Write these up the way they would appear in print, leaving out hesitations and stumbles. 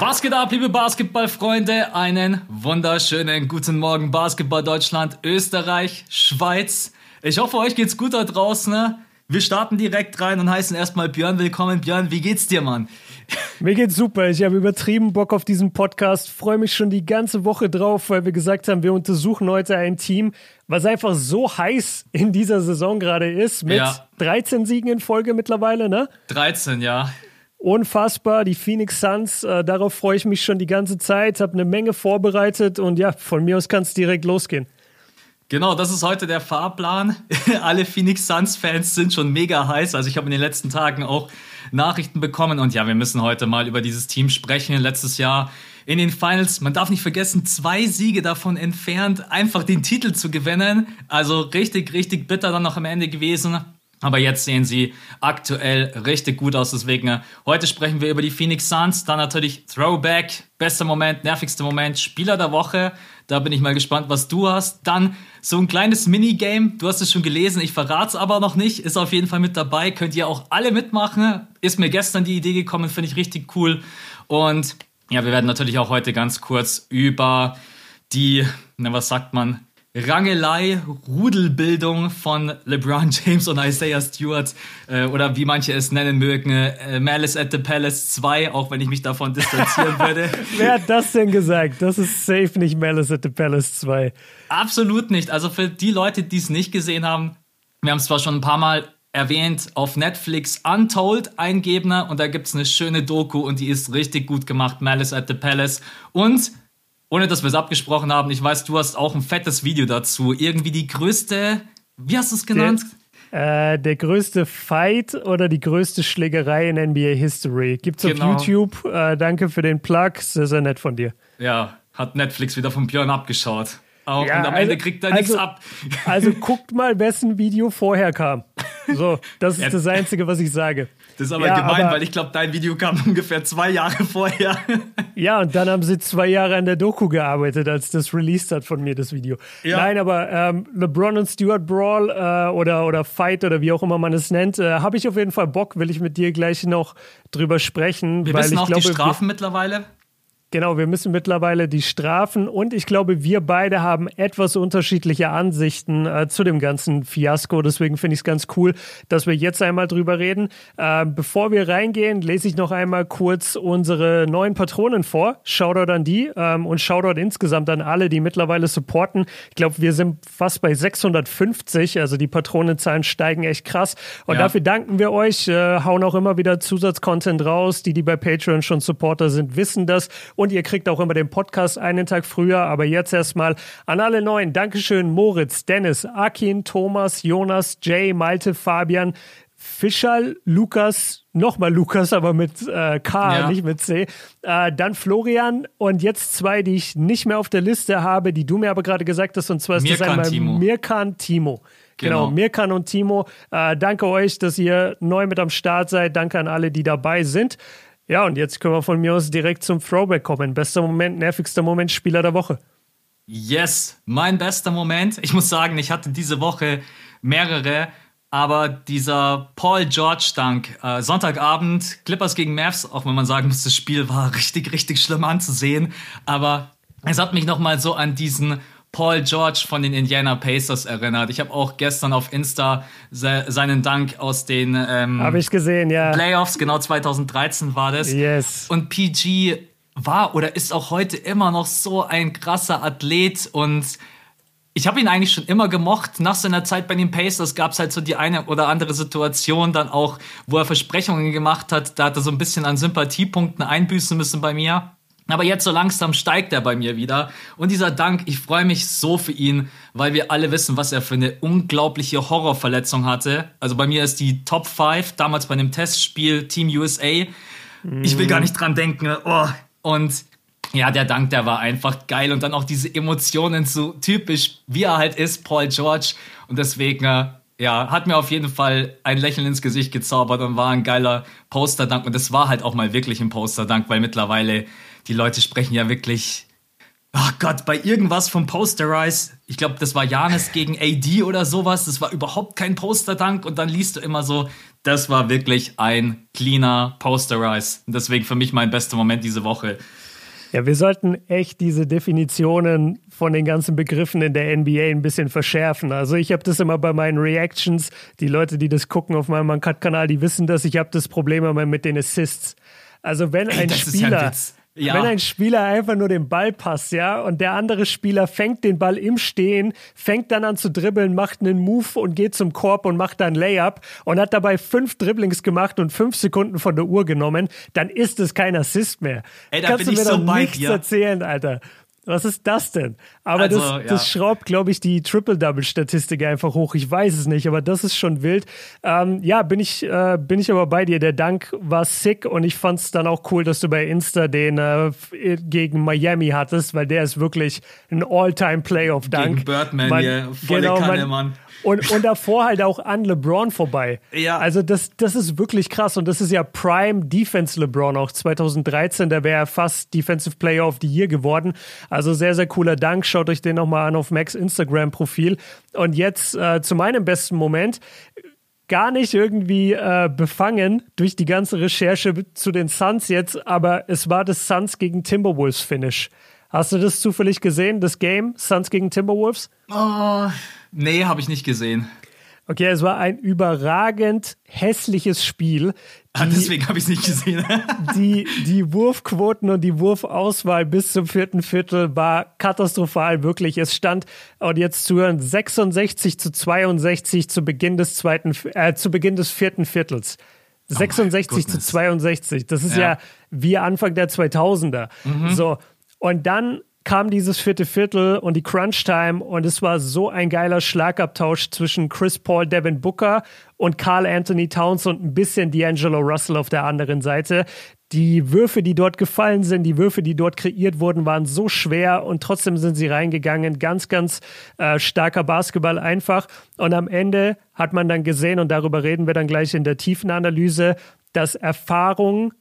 Was geht ab, liebe Basketballfreunde? Einen wunderschönen guten Morgen, Basketball Deutschland, Österreich, Schweiz. Ich hoffe, euch geht's gut da draußen. Ne? Wir starten direkt rein und heißen erstmal Björn willkommen. Björn, wie geht's dir, Mann? Mir geht's super. Ich habe übertrieben Bock auf diesen Podcast. Freue mich schon die ganze Woche drauf, weil wir gesagt haben, wir untersuchen heute ein Team, was einfach so heiß in dieser Saison gerade ist. Mit 13 Siegen in Folge mittlerweile, ne? 13, ja. Unfassbar, die Phoenix Suns, darauf freue ich mich schon die ganze Zeit, habe eine Menge vorbereitet und ja, von mir aus kann es direkt losgehen. Genau, das ist heute der Fahrplan. Alle Phoenix Suns-Fans sind schon mega heiß, also ich habe in den letzten Tagen auch Nachrichten bekommen und ja, wir müssen heute mal über dieses Team sprechen. Letztes Jahr in den Finals, man darf nicht vergessen, 2 Siege davon entfernt, einfach den Titel zu gewinnen, also richtig, richtig bitter dann noch am Ende gewesen. Aber jetzt sehen sie aktuell richtig gut aus. Deswegen, heute sprechen wir über die Phoenix Suns. Dann natürlich Throwback, bester Moment, nervigster Moment, Spieler der Woche. Da bin ich mal gespannt, was du hast. Dann so ein kleines Minigame. Du hast es schon gelesen, ich verrate es aber noch nicht. Ist auf jeden Fall mit dabei. Könnt ihr auch alle mitmachen. Ist mir gestern die Idee gekommen, finde ich richtig cool. Und ja, wir werden natürlich auch heute ganz kurz über die, was sagt man, Rangelei, Rudelbildung von LeBron James und Isaiah Stewart oder wie manche es nennen mögen, Malice at the Palace 2, auch wenn ich mich davon distanzieren würde. Wer hat das denn gesagt? Das ist safe nicht Malice at the Palace 2. Absolut nicht. Also für die Leute, die es nicht gesehen haben, wir haben es zwar schon ein paar Mal erwähnt, auf Netflix Untold eingeben und da gibt es eine schöne Doku und die ist richtig gut gemacht, Malice at the Palace. Und ohne dass wir es abgesprochen haben, ich weiß, du hast auch ein fettes Video dazu. Irgendwie die größte, wie hast du es genannt? Der größte Fight oder die größte Schlägerei in NBA History. Gibt's auf YouTube. Danke für den Plug. Sehr, sehr nett von dir. Ja, hat Netflix wieder von Björn abgeschaut. Und am Ende kriegt er nichts ab. Also guckt mal, wessen Video vorher kam. So, das ist das Einzige, was ich sage. Das ist aber gemein, weil ich glaube, dein Video kam ungefähr 2 Jahre vorher. Ja, und dann haben sie 2 Jahre an der Doku gearbeitet, als das released hat von mir, das Video. Ja. Nein, aber LeBron und Stewart Brawl oder Fight oder wie auch immer man es nennt, habe ich auf jeden Fall Bock, will ich mit dir gleich noch drüber sprechen. Wir wissen auch die Strafen mittlerweile. Genau, wir müssen mittlerweile die Strafen und ich glaube, wir beide haben etwas unterschiedliche Ansichten zu dem ganzen Fiasko. Deswegen finde ich es ganz cool, dass wir jetzt einmal drüber reden. Bevor wir reingehen, lese ich noch einmal kurz unsere neuen Patronen vor. Shoutout an die und Shoutout insgesamt an alle, die mittlerweile supporten. Ich glaube, wir sind fast bei 650, also die Patronenzahlen steigen echt krass. Und dafür danken wir euch, hauen auch immer wieder Zusatzcontent raus. Die bei Patreon schon Supporter sind, wissen das. Und ihr kriegt auch immer den Podcast einen Tag früher. Aber jetzt erstmal an alle Neuen. Dankeschön Moritz, Dennis, Akin, Thomas, Jonas, Jay, Malte, Fabian, Fischal, Lukas, nochmal Lukas, aber mit K, nicht mit C. Dann Florian und jetzt 2, die ich nicht mehr auf der Liste habe, die du mir aber gerade gesagt hast. Und zwar ist das einmal Mirkan, Timo. Genau, Mirkan und Timo. Danke euch, dass ihr neu mit am Start seid. Danke an alle, die dabei sind. Ja, und jetzt können wir von mir aus direkt zum Throwback kommen. Bester Moment, nervigster Moment, Spieler der Woche. Yes, mein bester Moment. Ich muss sagen, ich hatte diese Woche mehrere, aber dieser Paul George-Dank, Sonntagabend, Clippers gegen Mavs, auch wenn man sagen muss, das Spiel war richtig, richtig schlimm anzusehen, aber es hat mich nochmal so an diesen Paul George von den Indiana Pacers erinnert. Ich habe auch gestern auf Insta seinen Dank aus den Hab ich gesehen, ja. Playoffs, genau 2013 war das. Yes. Und PG war oder ist auch heute immer noch so ein krasser Athlet und ich habe ihn eigentlich schon immer gemocht. Nach seiner Zeit bei den Pacers gab es halt so die eine oder andere Situation dann auch, wo er Versprechungen gemacht hat. Da hat er so ein bisschen an Sympathiepunkten einbüßen müssen bei mir. Aber jetzt so langsam steigt er bei mir wieder. Und dieser Dank, ich freue mich so für ihn, weil wir alle wissen, was er für eine unglaubliche Horrorverletzung hatte. Also bei mir ist die Top 5, damals bei einem Testspiel Team USA. Ich will gar nicht dran denken. Oh. Und ja, der Dank, der war einfach geil. Und dann auch diese Emotionen, so typisch, wie er halt ist, Paul George. Und deswegen, hat mir auf jeden Fall ein Lächeln ins Gesicht gezaubert und war ein geiler Posterdank. Und es war halt auch mal wirklich ein Posterdank, weil mittlerweile die Leute sprechen ja wirklich, ach Gott, bei irgendwas vom Posterize, ich glaube, das war Giannis gegen AD oder sowas, das war überhaupt kein Posterdank und dann liest du immer so, das war wirklich ein cleaner Posterize. Und deswegen für mich mein bester Moment diese Woche. Ja, wir sollten echt diese Definitionen von den ganzen Begriffen in der NBA ein bisschen verschärfen. Also ich habe das immer bei meinen Reactions. Die Leute, die das gucken auf meinem Uncut-Kanal, die wissen das. Ich habe das Problem immer mit den Assists. Also wenn ein Spieler... Ja. Wenn ein Spieler einfach nur den Ball passt, ja, und der andere Spieler fängt den Ball im Stehen, fängt dann an zu dribbeln, macht einen Move und geht zum Korb und macht dann Layup und hat dabei 5 Dribblings gemacht und 5 Sekunden von der Uhr genommen, dann ist es kein Assist mehr. Ey, da kannst du mir doch so nichts erzählen, Alter. Was ist das denn? Aber also, das schraubt, glaube ich, die Triple-Double-Statistik einfach hoch. Ich weiß es nicht, aber das ist schon wild. Bin ich aber bei dir. Der Dank war sick und ich fand es dann auch cool, dass du bei Insta den gegen Miami hattest, weil der ist wirklich ein All-Time-Playoff-Dank. Gegen Birdman, volle Kanne, Mann. Und davor halt auch an LeBron vorbei. Ja. Also das ist wirklich krass. Und das ist ja Prime Defense LeBron auch 2013. Der wäre fast Defensive Player of the Year geworden. Also sehr, sehr cooler Dank. Schaut euch den nochmal an auf Max Instagram-Profil. Und jetzt zu meinem besten Moment. Gar nicht irgendwie befangen durch die ganze Recherche zu den Suns jetzt. Aber es war das Suns gegen Timberwolves Finish. Hast du das zufällig gesehen, das Game? Suns gegen Timberwolves? Oh, nee, habe ich nicht gesehen. Okay, es war ein überragend hässliches Spiel. Deswegen habe ich es nicht gesehen. Die Wurfquoten und die Wurfauswahl bis zum 4. Viertel war katastrophal, wirklich. Es stand, und jetzt zuhören, 66-62 zu Beginn des 4. Viertels. 66-62. Das ist ja wie Anfang der 2000er. Mhm. So. Und dann kam dieses 4. Viertel und die Crunch-Time und es war so ein geiler Schlagabtausch zwischen Chris Paul, Devin Booker und Karl Anthony Towns und ein bisschen D'Angelo Russell auf der anderen Seite. Die Würfe, die dort gefallen sind, die Würfe, die dort kreiert wurden, waren so schwer und trotzdem sind sie reingegangen. Ganz, ganz starker Basketball einfach. Und am Ende hat man dann gesehen, und darüber reden wir dann gleich in der tiefen Analyse, dass Erfahrung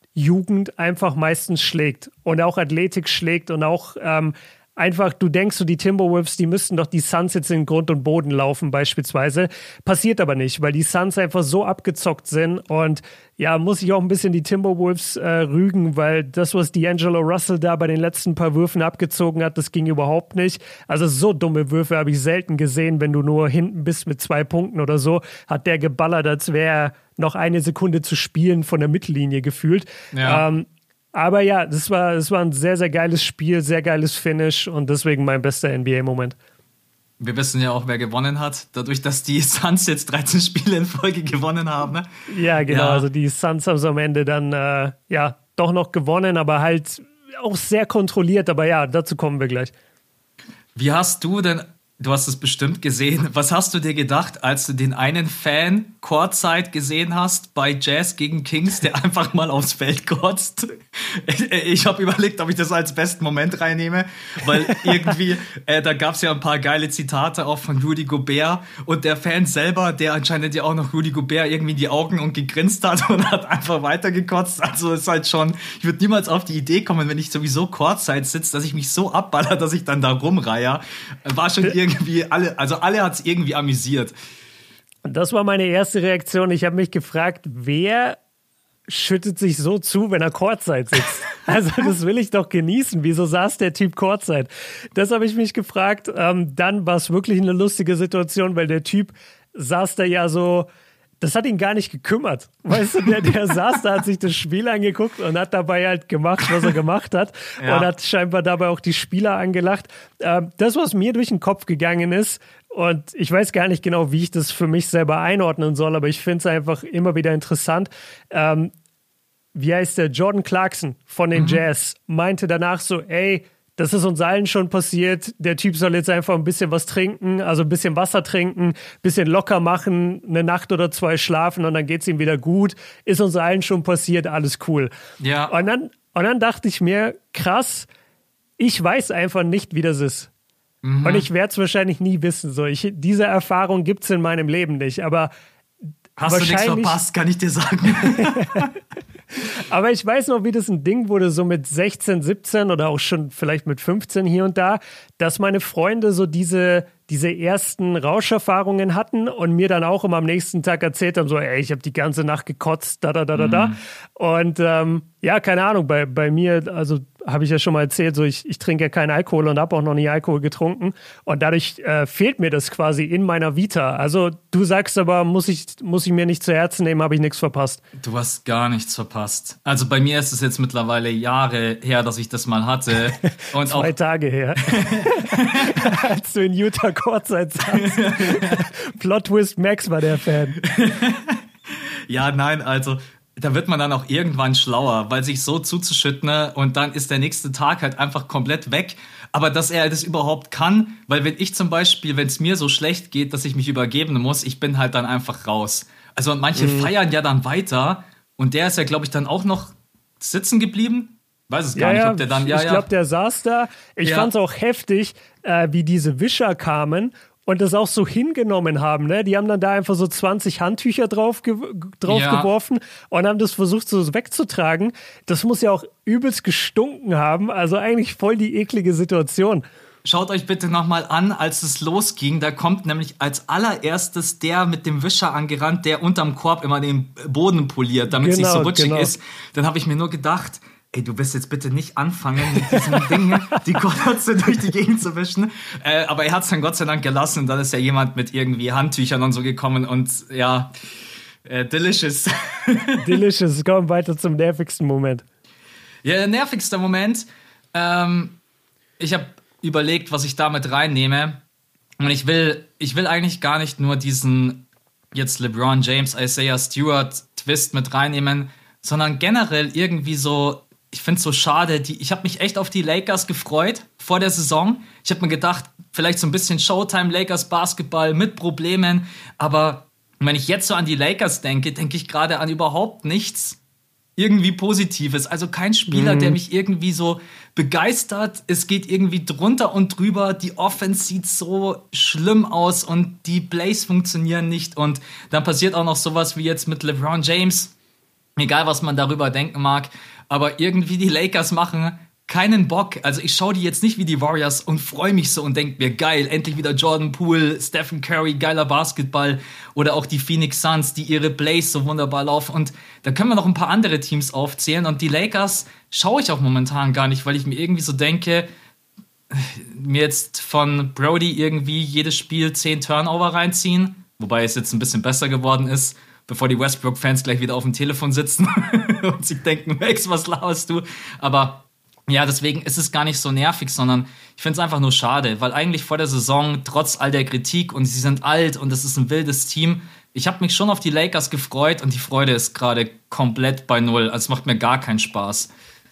Jugend einfach meistens schlägt und auch Athletik schlägt und auch einfach, du denkst so, die Timberwolves, die müssten doch die Suns jetzt in Grund und Boden laufen beispielsweise. Passiert aber nicht, weil die Suns einfach so abgezockt sind und ja, muss ich auch ein bisschen die Timberwolves rügen, weil das, was D'Angelo Russell da bei den letzten paar Würfen abgezogen hat, das ging überhaupt nicht. Also so dumme Würfe habe ich selten gesehen, wenn du nur hinten bist mit 2 Punkten oder so, hat der geballert, als wäre noch eine Sekunde zu spielen von der Mittellinie gefühlt. Ja. Aber ja, das war ein sehr, sehr geiles Spiel, sehr geiles Finish und deswegen mein bester NBA-Moment. Wir wissen ja auch, wer gewonnen hat, dadurch, dass die Suns jetzt 13 Spiele in Folge gewonnen haben. Ne? Ja, genau. Ja. Also die Suns haben es am Ende dann doch noch gewonnen, aber halt auch sehr kontrolliert. Aber ja, dazu kommen wir gleich. Wie hast du denn... Du hast es bestimmt gesehen. Was hast du dir gedacht, als du den einen Fan Courtside gesehen hast bei Jazz gegen Kings, der einfach mal aufs Feld kotzt? Ich habe überlegt, ob ich das als besten Moment reinnehme, weil irgendwie, da gab es ja ein paar geile Zitate auch von Rudy Gobert und der Fan selber, der anscheinend ja auch noch Rudy Gobert irgendwie in die Augen und gegrinst hat und hat einfach weitergekotzt. Also ist halt schon, ich würde niemals auf die Idee kommen, wenn ich sowieso Courtside sitze, dass ich mich so abballer, dass ich dann da rumreihe. War schon irgendwie alle hat es irgendwie amüsiert. Das war meine erste Reaktion. Ich habe mich gefragt, wer schüttet sich so zu, wenn er Courtside sitzt? Also das will ich doch genießen. Wieso saß der Typ Courtside? Das habe ich mich gefragt. Dann war es wirklich eine lustige Situation, weil der Typ saß da ja so, das hat ihn gar nicht gekümmert. Weißt du, der saß da, hat sich das Spiel angeguckt und hat dabei halt gemacht, was er gemacht hat. Ja. Und hat scheinbar dabei auch die Spieler angelacht. Das, was mir durch den Kopf gegangen ist, und ich weiß gar nicht genau, wie ich das für mich selber einordnen soll, aber ich finde es einfach immer wieder interessant. Wie heißt der? Jordan Clarkson von den Jazz meinte danach so, ey, das ist uns allen schon passiert. Der Typ soll jetzt einfach ein bisschen was trinken, also ein bisschen Wasser trinken, ein bisschen locker machen, eine Nacht oder 2 schlafen und dann geht's ihm wieder gut. Ist uns allen schon passiert, alles cool. Ja. Und dann dachte ich mir, krass, ich weiß einfach nicht, wie das ist. Mhm. Und ich werde es wahrscheinlich nie wissen. So, diese Erfahrung gibt's in meinem Leben nicht, aber hast du nichts verpasst, kann ich dir sagen. Aber ich weiß noch, wie das ein Ding wurde, so mit 16, 17 oder auch schon vielleicht mit 15 hier und da, dass meine Freunde so diese ersten Rauscherfahrungen hatten und mir dann auch immer am nächsten Tag erzählt haben, so, ey, ich habe die ganze Nacht gekotzt, da. Und Ja, keine Ahnung, bei mir, also habe ich ja schon mal erzählt, so ich trinke ja keinen Alkohol und habe auch noch nie Alkohol getrunken und dadurch fehlt mir das quasi in meiner Vita. Also du sagst aber, muss ich mir nicht zu Herzen nehmen, habe ich nichts verpasst. Du hast gar nichts verpasst. Also bei mir ist es jetzt mittlerweile Jahre her, dass ich das mal hatte. Und 2 Tage her, als du in Utah Courtside saßt. Plot Twist, Max war der Fan. Ja, nein, also da wird man dann auch irgendwann schlauer, weil sich so zuzuschütten, ne, und dann ist der nächste Tag halt einfach komplett weg. Aber dass er das überhaupt kann, weil wenn ich zum Beispiel, wenn es mir so schlecht geht, dass ich mich übergeben muss, ich bin halt dann einfach raus. Also und manche feiern ja dann weiter und der ist ja, glaube ich, dann auch noch sitzen geblieben. Weiß es gar nicht, ob der dann... Ich glaube, der saß da. Ich fand es auch heftig, wie diese Wischer kamen und das auch so hingenommen haben, ne? Die haben dann da einfach so 20 Handtücher drauf geworfen und haben das versucht so wegzutragen. Das muss ja auch übelst gestunken haben. Also eigentlich voll die eklige Situation. Schaut euch bitte nochmal an, als es losging. Da kommt nämlich als allererstes der mit dem Wischer angerannt, der unterm Korb immer den Boden poliert, damit es nicht so rutschig ist. Dann habe ich mir nur gedacht... Ey, du wirst jetzt bitte nicht anfangen, mit diesem Ding die Kollotze durch die Gegend zu wischen. Aber er hat es dann Gott sei Dank gelassen. Dann ist ja jemand mit irgendwie Handtüchern und so gekommen und ja, delicious. Delicious, komm weiter zum nervigsten Moment. Ja, der nervigste Moment. Ich habe überlegt, was ich damit reinnehme. Und ich will eigentlich gar nicht nur diesen jetzt LeBron James, Isaiah Stewart Twist mit reinnehmen, sondern generell irgendwie so... Ich finde es so schade, ich habe mich echt auf die Lakers gefreut vor der Saison. Ich habe mir gedacht, vielleicht so ein bisschen Showtime Lakers Basketball mit Problemen. Aber wenn ich jetzt so an die Lakers denke ich gerade an überhaupt nichts irgendwie Positives. Also kein Spieler, der mich irgendwie so begeistert. Es geht irgendwie drunter und drüber. Die Offense sieht so schlimm aus und die Plays funktionieren nicht. Und dann passiert auch noch sowas wie jetzt mit LeBron James. Egal, was man darüber denken mag. Aber irgendwie die Lakers machen keinen Bock. Also ich schaue die jetzt nicht wie die Warriors und freue mich so und denke mir, geil, endlich wieder Jordan Poole, Stephen Curry, geiler Basketball. Oder auch die Phoenix Suns, die ihre Plays so wunderbar laufen. Und da können wir noch ein paar andere Teams aufzählen. Und die Lakers schaue ich auch momentan gar nicht, weil ich mir irgendwie so denke, mir jetzt von Brody irgendwie jedes Spiel 10 Turnover reinziehen. Wobei es jetzt ein bisschen besser geworden ist, bevor die Westbrook-Fans gleich wieder auf dem Telefon sitzen und sich denken, Max, was laberst du? Aber ja, deswegen ist es gar nicht so nervig, sondern ich finde es einfach nur schade, weil eigentlich vor der Saison, trotz all der Kritik und sie sind alt und es ist ein wildes Team, ich habe mich schon auf die Lakers gefreut und die Freude ist gerade komplett bei Null. Also es macht mir gar keinen Spaß.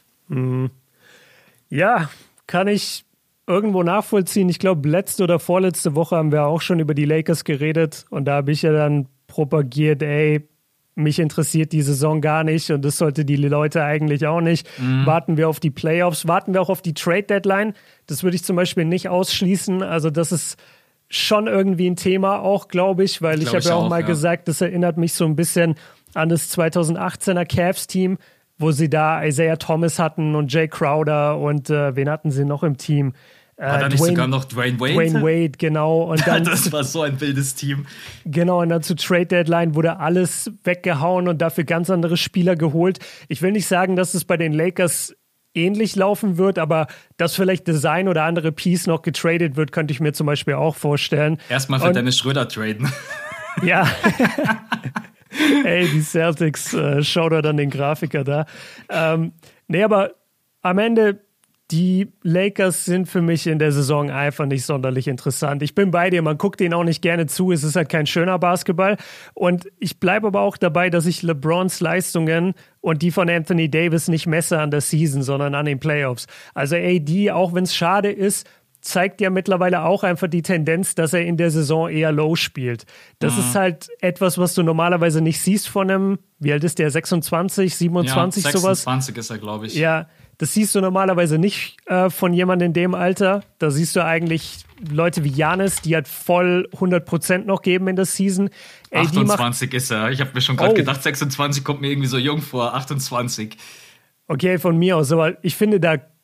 Ja, kann ich irgendwo nachvollziehen. Ich glaube, letzte oder vorletzte Woche haben wir auch schon über die Lakers geredet und da habe ich ja dann propagiert, ey, mich interessiert die Saison gar nicht und das sollte die Leute eigentlich auch nicht. Warten wir auf die Playoffs, warten wir auch auf die Trade-Deadline. Das würde ich zum Beispiel nicht ausschließen. Also das ist schon irgendwie ein Thema auch, glaube ich, weil ich habe ja auch mal gesagt, das erinnert mich so ein bisschen an das 2018er Cavs-Team, wo sie da Isaiah Thomas hatten und Jay Crowder und wen hatten sie noch im Team? War da nicht sogar noch Dwayne Wade? Dwayne Wade, genau. Und dann, das war so ein wildes Team. Genau, und dann zu Trade Deadline wurde alles weggehauen und dafür ganz andere Spieler geholt. Ich will nicht sagen, dass es bei den Lakers ähnlich laufen wird, aber dass vielleicht Design oder andere Piece noch getradet wird, könnte ich mir zum Beispiel auch vorstellen. Erstmal für Dennis Schröder traden. Ja. Ey, die Celtics, Shoutout an den Grafiker da. Nee, aber am Ende... Die Lakers sind für mich in der Saison einfach nicht sonderlich interessant. Ich bin bei dir, man guckt denen auch nicht gerne zu. Es ist halt kein schöner Basketball. Und ich bleibe aber auch dabei, dass ich LeBrons Leistungen und die von Anthony Davis nicht messe an der Season, sondern an den Playoffs. Also AD, auch wenn es schade ist, zeigt ja mittlerweile auch einfach die Tendenz, dass er in der Saison eher low spielt. Das ist halt etwas, was du normalerweise nicht siehst von einem, wie alt ist der, 26, 27, ja, 26 sowas? 26 ist er, glaube ich. Ja, das siehst du normalerweise nicht von jemandem in dem Alter. Da siehst du eigentlich Leute wie Giannis, die halt voll 100% noch geben in der Season. 28 ist er. Ich habe mir schon gerade gedacht, 26 kommt mir irgendwie so jung vor. 28. Okay, von mir aus. Aber ich finde, da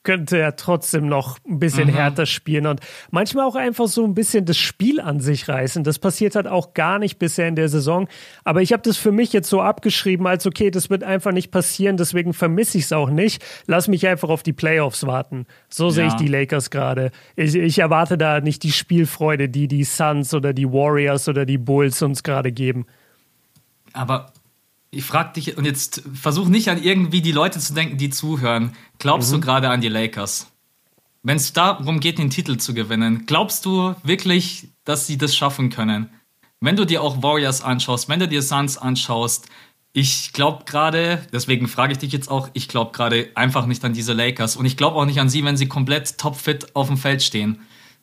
könnte er trotzdem noch ein bisschen härter spielen und manchmal auch einfach so ein bisschen das Spiel an sich reißen. Das passiert halt auch gar nicht bisher in der Saison. Aber ich habe das für mich jetzt so abgeschrieben, als okay, das wird einfach nicht passieren, deswegen vermisse ich es auch nicht. Lass mich einfach auf die Playoffs warten. So sehe ich die Lakers gerade. Ich erwarte da nicht die Spielfreude, die die Suns oder die Warriors oder die Bulls uns gerade geben. Aber ich frage dich, und jetzt versuch nicht an irgendwie die Leute zu denken, die zuhören. Glaubst du gerade an die Lakers? Wenn es darum geht, den Titel zu gewinnen, glaubst du wirklich, dass sie das schaffen können? Wenn du dir auch Warriors anschaust, wenn du dir Suns anschaust, ich glaube gerade, deswegen frage ich dich jetzt auch, ich glaube gerade einfach nicht an diese Lakers. Und ich glaube auch nicht an sie, wenn sie komplett topfit auf dem Feld stehen.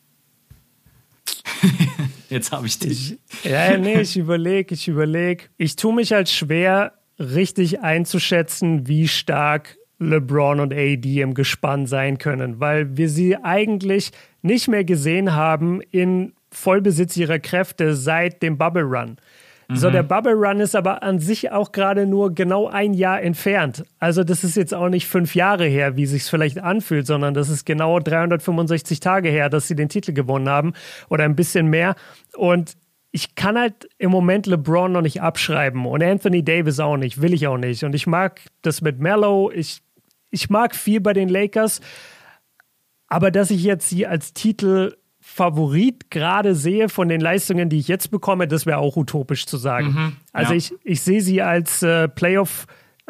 Jetzt habe ich dich. Ich überlege. Ich tue mich halt schwer, richtig einzuschätzen, wie stark LeBron und AD im Gespann sein können, weil wir sie eigentlich nicht mehr gesehen haben in Vollbesitz ihrer Kräfte seit dem Bubble Run. So, der Bubble Run ist aber an sich auch gerade nur genau ein Jahr entfernt. Also das ist jetzt auch nicht 5 Jahre her, wie sich's vielleicht anfühlt, sondern das ist genau 365 Tage her, dass sie den Titel gewonnen haben oder ein bisschen mehr. Und ich kann halt im Moment LeBron noch nicht abschreiben und Anthony Davis auch nicht, will ich auch nicht. Und ich mag das mit Melo, ich mag viel bei den Lakers, aber dass ich jetzt sie als Titelfavorit gerade sehe von den Leistungen, die ich jetzt bekomme, das wäre auch utopisch zu sagen. Also ich sehe sie als Playoff,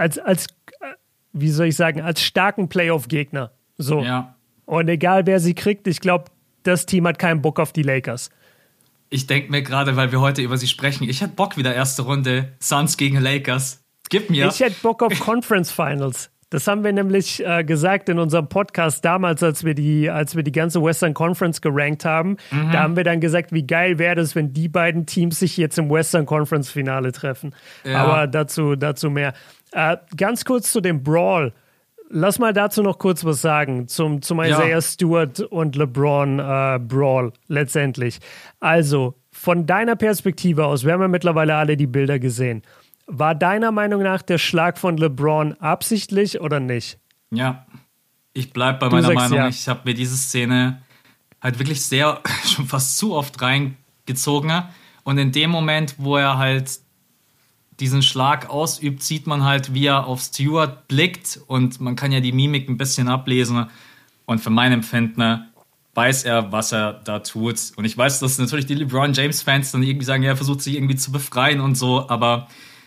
wie soll ich sagen, als starken Playoff-Gegner. So. Ja. Und egal wer sie kriegt, ich glaube, das Team hat keinen Bock auf die Lakers. Ich denke mir gerade, weil wir heute über sie sprechen, ich hätte Bock wieder erste Runde Suns gegen Lakers. Gib mir. Ich hätte Bock auf Conference Finals. Das haben wir nämlich gesagt in unserem Podcast damals, als wir die ganze Western Conference gerankt haben. Da haben wir dann gesagt, wie geil wäre das, wenn die beiden Teams sich jetzt im Western Conference Finale treffen. Ja. Aber dazu mehr. Ganz kurz zu dem Brawl. Lass mal dazu noch kurz was sagen, zum Isaiah Stewart und LeBron Brawl letztendlich. Also, von deiner Perspektive aus, wir haben ja mittlerweile alle die Bilder gesehen. War deiner Meinung nach der Schlag von LeBron absichtlich oder nicht? Ja, ich bleibe bei meiner Meinung. Ja. Ich habe mir diese Szene halt wirklich schon fast zu oft reingezogen. Und in dem Moment, wo er halt diesen Schlag ausübt, sieht man halt, wie er auf Stewart blickt. Und man kann ja die Mimik ein bisschen ablesen. Und für mein Empfinden weiß er, was er da tut. Und ich weiß, dass natürlich die LeBron James-Fans dann irgendwie sagen, ja, er versucht sich irgendwie zu befreien und so. Aber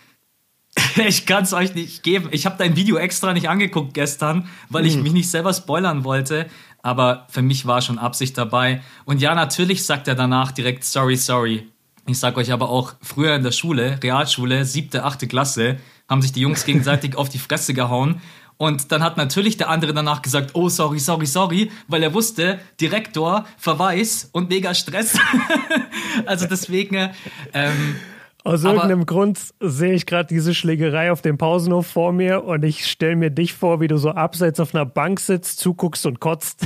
ich kann es euch nicht geben. Ich habe dein Video extra nicht angeguckt gestern, weil ich mich nicht selber spoilern wollte. Aber für mich war schon Absicht dabei. Und ja, natürlich sagt er danach direkt sorry. Ich sag euch aber auch, früher in der Schule, Realschule, 7., 8. Klasse, haben sich die Jungs gegenseitig auf die Fresse gehauen. Und dann hat natürlich der andere danach gesagt, oh, sorry, weil er wusste, Direktor, Verweis und mega Stress. Also deswegen... Aus irgendeinem Grund sehe ich gerade diese Schlägerei auf dem Pausenhof vor mir und ich stelle mir dich vor, wie du so abseits auf einer Bank sitzt, zuguckst und kotzt.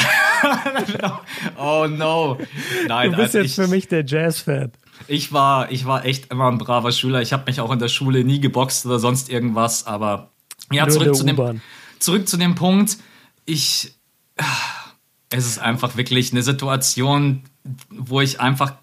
Oh no. Nein, du bist jetzt für mich der Jazz-Fan. Ich war echt immer ein braver Schüler. Ich habe mich auch in der Schule nie geboxt oder sonst irgendwas, aber ja, zurück zu dem Punkt. Es ist einfach wirklich eine Situation, wo ich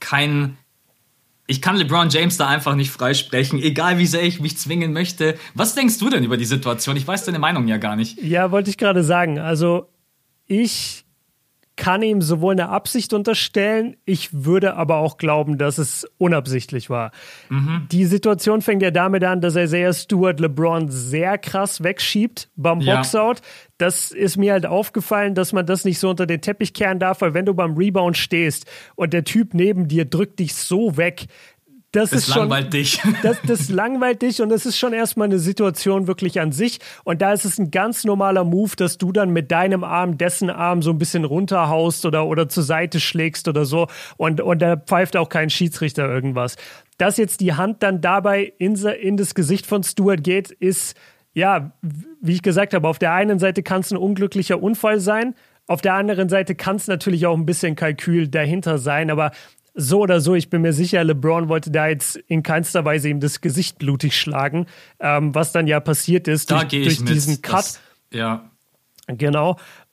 kann LeBron James da einfach nicht freisprechen, egal wie sehr ich mich zwingen möchte. Was denkst du denn über die Situation? Ich weiß deine Meinung ja gar nicht. Ja, wollte ich gerade sagen. Also ich kann ihm sowohl eine Absicht unterstellen, ich würde aber auch glauben, dass es unabsichtlich war. Die Situation fängt ja damit an, dass Isaiah Stewart LeBron sehr krass wegschiebt beim Boxout. Das ist mir halt aufgefallen, dass man das nicht so unter den Teppich kehren darf, weil wenn du beim Rebound stehst und der Typ neben dir drückt dich so weg, das langweilt dich. Das langweilt dich und das ist schon erstmal eine Situation wirklich an sich. Und da ist es ein ganz normaler Move, dass du dann mit deinem Arm dessen Arm so ein bisschen runterhaust oder zur Seite schlägst oder so. Und da pfeift auch kein Schiedsrichter irgendwas. Dass jetzt die Hand dann dabei in das Gesicht von Stewart geht, ist, ja, wie ich gesagt habe, auf der einen Seite kann es ein unglücklicher Unfall sein. Auf der anderen Seite kann es natürlich auch ein bisschen Kalkül dahinter sein, aber so oder so, ich bin mir sicher, LeBron wollte da jetzt in keinster Weise ihm das Gesicht blutig schlagen, was dann ja passiert ist durch diesen Cut. Ja. Genau.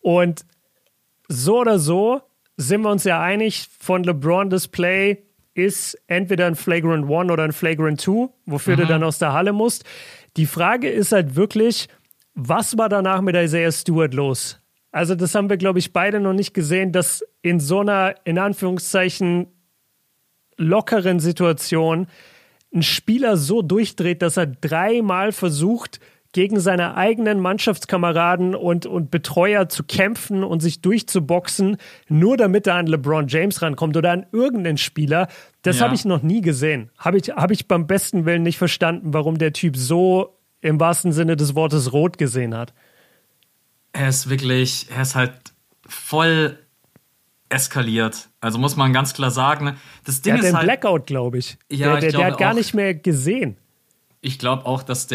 Und so oder so sind wir uns ja einig, von LeBron das Play ist entweder ein Flagrant 1 oder ein Flagrant 2, wofür du dann aus der Halle musst. Die Frage ist halt wirklich, was war danach mit Isaiah Stewart los? Also das haben wir, glaube ich, beide noch nicht gesehen, dass in so einer, in Anführungszeichen, lockeren Situation ein Spieler so durchdreht, dass er 3-mal versucht, gegen seine eigenen Mannschaftskameraden und Betreuer zu kämpfen und sich durchzuboxen, nur damit er an LeBron James rankommt oder an irgendeinen Spieler. Das habe ich noch nie gesehen. Habe ich beim besten Willen nicht verstanden, warum der Typ so im wahrsten Sinne des Wortes rot gesehen hat. Er ist halt voll eskaliert. Also muss man ganz klar sagen. Das Ding der hat ist den halt, Blackout, glaube ich. Ja, der hat gar nicht mehr gesehen. Ich glaube auch, dass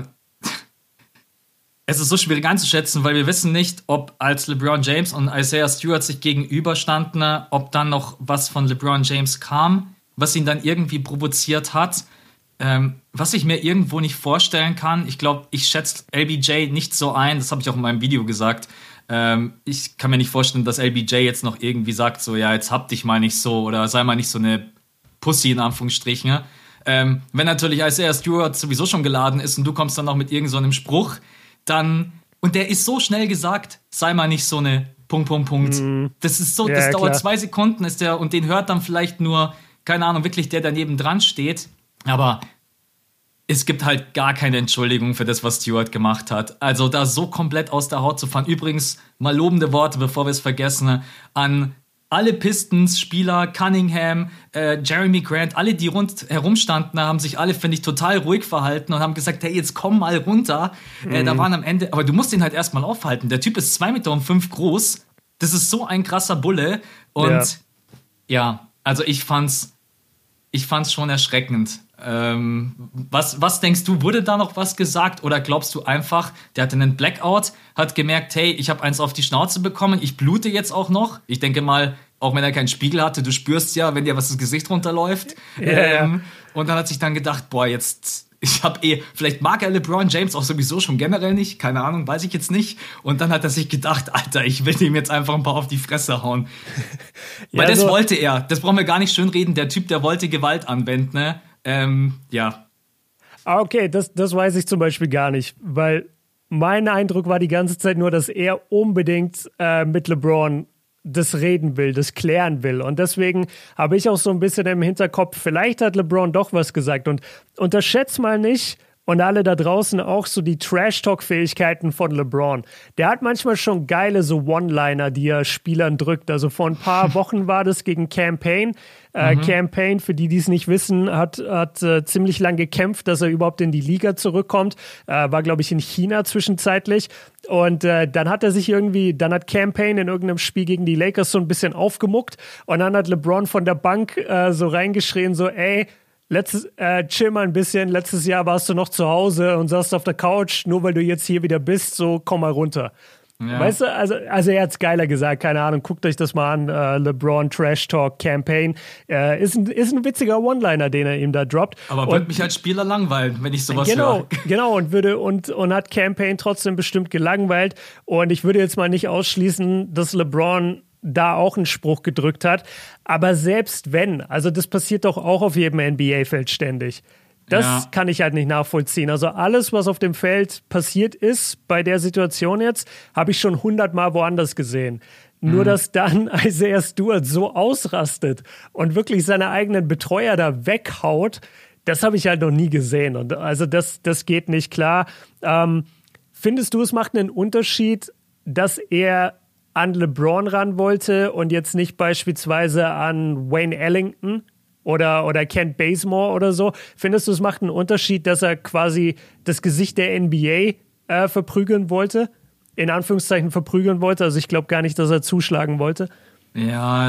es ist so schwierig einzuschätzen, weil wir wissen nicht, ob als LeBron James und Isaiah Stewart sich gegenüberstanden, ob dann noch was von LeBron James kam, was ihn dann irgendwie provoziert hat. Was ich mir irgendwo nicht vorstellen kann, ich glaube, ich schätze LBJ nicht so ein, das habe ich auch in meinem Video gesagt. Ich kann mir nicht vorstellen, dass LBJ jetzt noch irgendwie sagt, so, ja, jetzt hab dich mal nicht so oder sei mal nicht so eine Pussy in Anführungsstrichen. Wenn natürlich Isaiah Stewart sowieso schon geladen ist und du kommst dann noch mit irgend so einem Spruch, dann, und der ist so schnell gesagt, sei mal nicht so eine Punkt. Das ist so, das dauert 2 Sekunden, und den hört dann vielleicht nur, keine Ahnung, wirklich der daneben dran steht. Aber es gibt halt gar keine Entschuldigung für das, was Stewart gemacht hat. Also da so komplett aus der Haut zu fahren. Übrigens, mal lobende Worte, bevor wir es vergessen, an alle Pistons-Spieler, Cunningham, Jeremy Grant, alle, die rundherum standen, haben sich alle, finde ich, total ruhig verhalten und haben gesagt, hey, jetzt komm mal runter. Da waren am Ende, aber du musst ihn halt erstmal aufhalten. Der Typ ist 2,5 Meter groß. Das ist so ein krasser Bulle. Und ja also ich fand's schon erschreckend. Was denkst du, wurde da noch was gesagt oder glaubst du einfach, der hatte einen Blackout, hat gemerkt, hey, ich habe eins auf die Schnauze bekommen, ich blute jetzt auch noch. Ich denke mal, auch wenn er keinen Spiegel hatte, du spürst ja, wenn dir was das Gesicht runterläuft. Und dann hat sich dann gedacht, boah, jetzt, vielleicht mag er LeBron James auch sowieso schon generell nicht, keine Ahnung, weiß ich jetzt nicht. Und dann hat er sich gedacht, Alter, ich will ihm jetzt einfach ein paar auf die Fresse hauen. Weil das wollte er, das brauchen wir gar nicht schönreden, der Typ, der wollte Gewalt anwenden, ne? Okay, das weiß ich zum Beispiel gar nicht, weil mein Eindruck war die ganze Zeit nur, dass er unbedingt mit LeBron das reden will, das klären will. Und deswegen habe ich auch so ein bisschen im Hinterkopf, vielleicht hat LeBron doch was gesagt. Und unterschätzt mal nicht, und alle da draußen auch, so die Trash-Talk-Fähigkeiten von LeBron. Der hat manchmal schon geile so One-Liner, die er Spielern drückt. Also vor ein paar Wochen war das gegen Cam Payne. Cam Payne, für die es nicht wissen, hat ziemlich lang gekämpft, dass er überhaupt in die Liga zurückkommt. War, glaube ich, in China zwischenzeitlich. Und dann hat Cam Payne in irgendeinem Spiel gegen die Lakers so ein bisschen aufgemuckt. Und dann hat LeBron von der Bank so reingeschrien, so, ey, chill mal ein bisschen. Letztes Jahr warst du noch zu Hause und saßt auf der Couch, nur weil du jetzt hier wieder bist, so komm mal runter. Ja. Weißt du, also er hat's geiler gesagt, keine Ahnung, guckt euch das mal an, LeBron Trash Talk Campaign, ist ein witziger One-Liner, den er ihm da droppt. Aber wird mich als Spieler langweilen, wenn ich sowas höre. Genau, und hat Campaign trotzdem bestimmt gelangweilt und ich würde jetzt mal nicht ausschließen, dass LeBron da auch einen Spruch gedrückt hat. Aber selbst wenn, also das passiert doch auch auf jedem NBA-Feld ständig. Das kann ich halt nicht nachvollziehen. Also alles, was auf dem Feld passiert ist, bei der Situation jetzt, habe ich schon 100-mal woanders gesehen. Nur, dass dann Isaiah Stewart so ausrastet und wirklich seine eigenen Betreuer da weghaut, das habe ich halt noch nie gesehen. Und also das geht nicht klar. Findest du, es macht einen Unterschied, dass er an LeBron ran wollte und jetzt nicht beispielsweise an Wayne Ellington oder Kent Bazemore oder so? Findest du, es macht einen Unterschied, dass er quasi das Gesicht der NBA verprügeln wollte? In Anführungszeichen verprügeln wollte? Also ich glaube gar nicht, dass er zuschlagen wollte. Ja,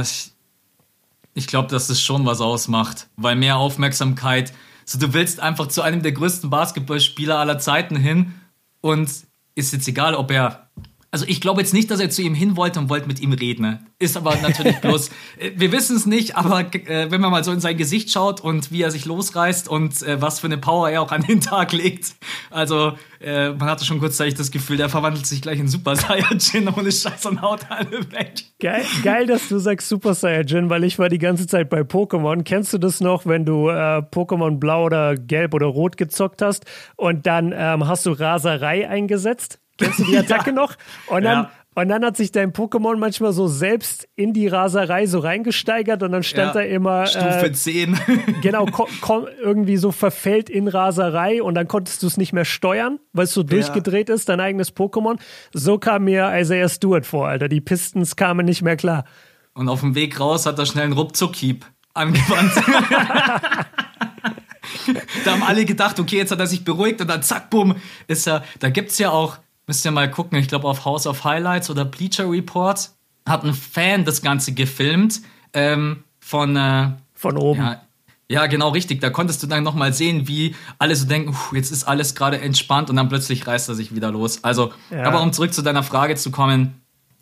ich glaube, dass das schon was ausmacht. Weil mehr Aufmerksamkeit, so du willst einfach zu einem der größten Basketballspieler aller Zeiten hin und ist jetzt egal, ob er Also ich glaube jetzt nicht, dass er zu ihm hin wollte und wollte mit ihm reden. Ne? Ist aber natürlich bloß, wir wissen es nicht, aber wenn man mal so in sein Gesicht schaut und wie er sich losreißt und was für eine Power er auch an den Tag legt. Also man hatte schon kurzzeitig das Gefühl, der verwandelt sich gleich in Super Saiyajin ohne Scheiß und haut alle weg. Geil, dass du sagst Super Saiyajin, weil ich war die ganze Zeit bei Pokémon. Kennst du das noch, wenn du Pokémon Blau oder Gelb oder Rot gezockt hast und dann hast du Raserei eingesetzt? Kennst du die Attacke noch? Und dann hat sich dein Pokémon manchmal so selbst in die Raserei so reingesteigert und dann stand da immer Stufe 10. Genau, irgendwie so verfällt in Raserei und dann konntest du es nicht mehr steuern, weil es so durchgedreht ist, dein eigenes Pokémon. So kam mir Isaiah Stewart vor, Alter. Die Pistons kamen nicht mehr klar. Und auf dem Weg raus hat er schnell einen Ruckzuck-Hieb angewandt. Da haben alle gedacht, okay, jetzt hat er sich beruhigt und dann zack, bumm, ist er. Da gibt's ja auch, müsst ihr mal gucken, ich glaube auf House of Highlights oder Bleacher Report hat ein Fan das Ganze gefilmt von oben. Ja, genau, richtig. Da konntest du dann nochmal sehen, wie alle so denken, jetzt ist alles gerade entspannt und dann plötzlich reißt er sich wieder los. Also, aber um zurück zu deiner Frage zu kommen,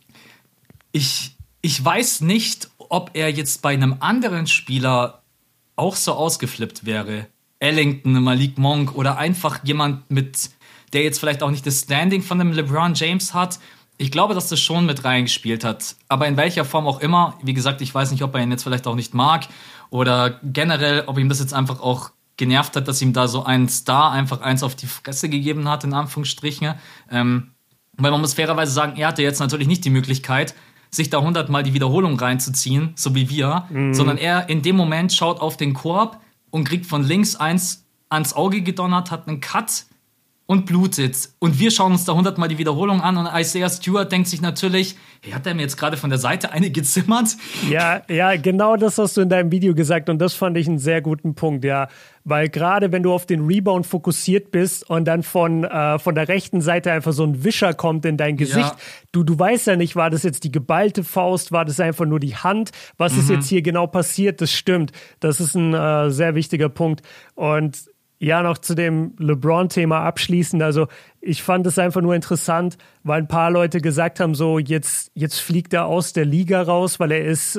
ich weiß nicht, ob er jetzt bei einem anderen Spieler auch so ausgeflippt wäre. Ellington, Malik Monk oder einfach jemand der jetzt vielleicht auch nicht das Standing von einem LeBron James hat. Ich glaube, dass das schon mit reingespielt hat. Aber in welcher Form auch immer. Wie gesagt, ich weiß nicht, ob er ihn jetzt vielleicht auch nicht mag oder generell, ob ihm das jetzt einfach auch genervt hat, dass ihm da so ein Star einfach eins auf die Fresse gegeben hat, in Anführungsstrichen. Weil man muss fairerweise sagen, er hatte jetzt natürlich nicht die Möglichkeit, sich da 100-mal die Wiederholung reinzuziehen, so wie wir, sondern er in dem Moment schaut auf den Korb und kriegt von links eins ans Auge gedonnert, hat einen Cut und blutet. Und wir schauen uns da 100-mal die Wiederholung an und Isaiah Stewart denkt sich natürlich, hey, hat er mir jetzt gerade von der Seite eine gezimmert? Ja, genau das hast du in deinem Video gesagt und das fand ich einen sehr guten Punkt, ja. Weil gerade wenn du auf den Rebound fokussiert bist und dann von der rechten Seite einfach so ein Wischer kommt in dein Gesicht, du weißt ja nicht, war das jetzt die geballte Faust, war das einfach nur die Hand, was ist jetzt hier genau passiert, das stimmt. Das ist ein sehr wichtiger Punkt und ja, noch zu dem LeBron-Thema abschließend. Also ich fand es einfach nur interessant, weil ein paar Leute gesagt haben, so jetzt fliegt er aus der Liga raus, weil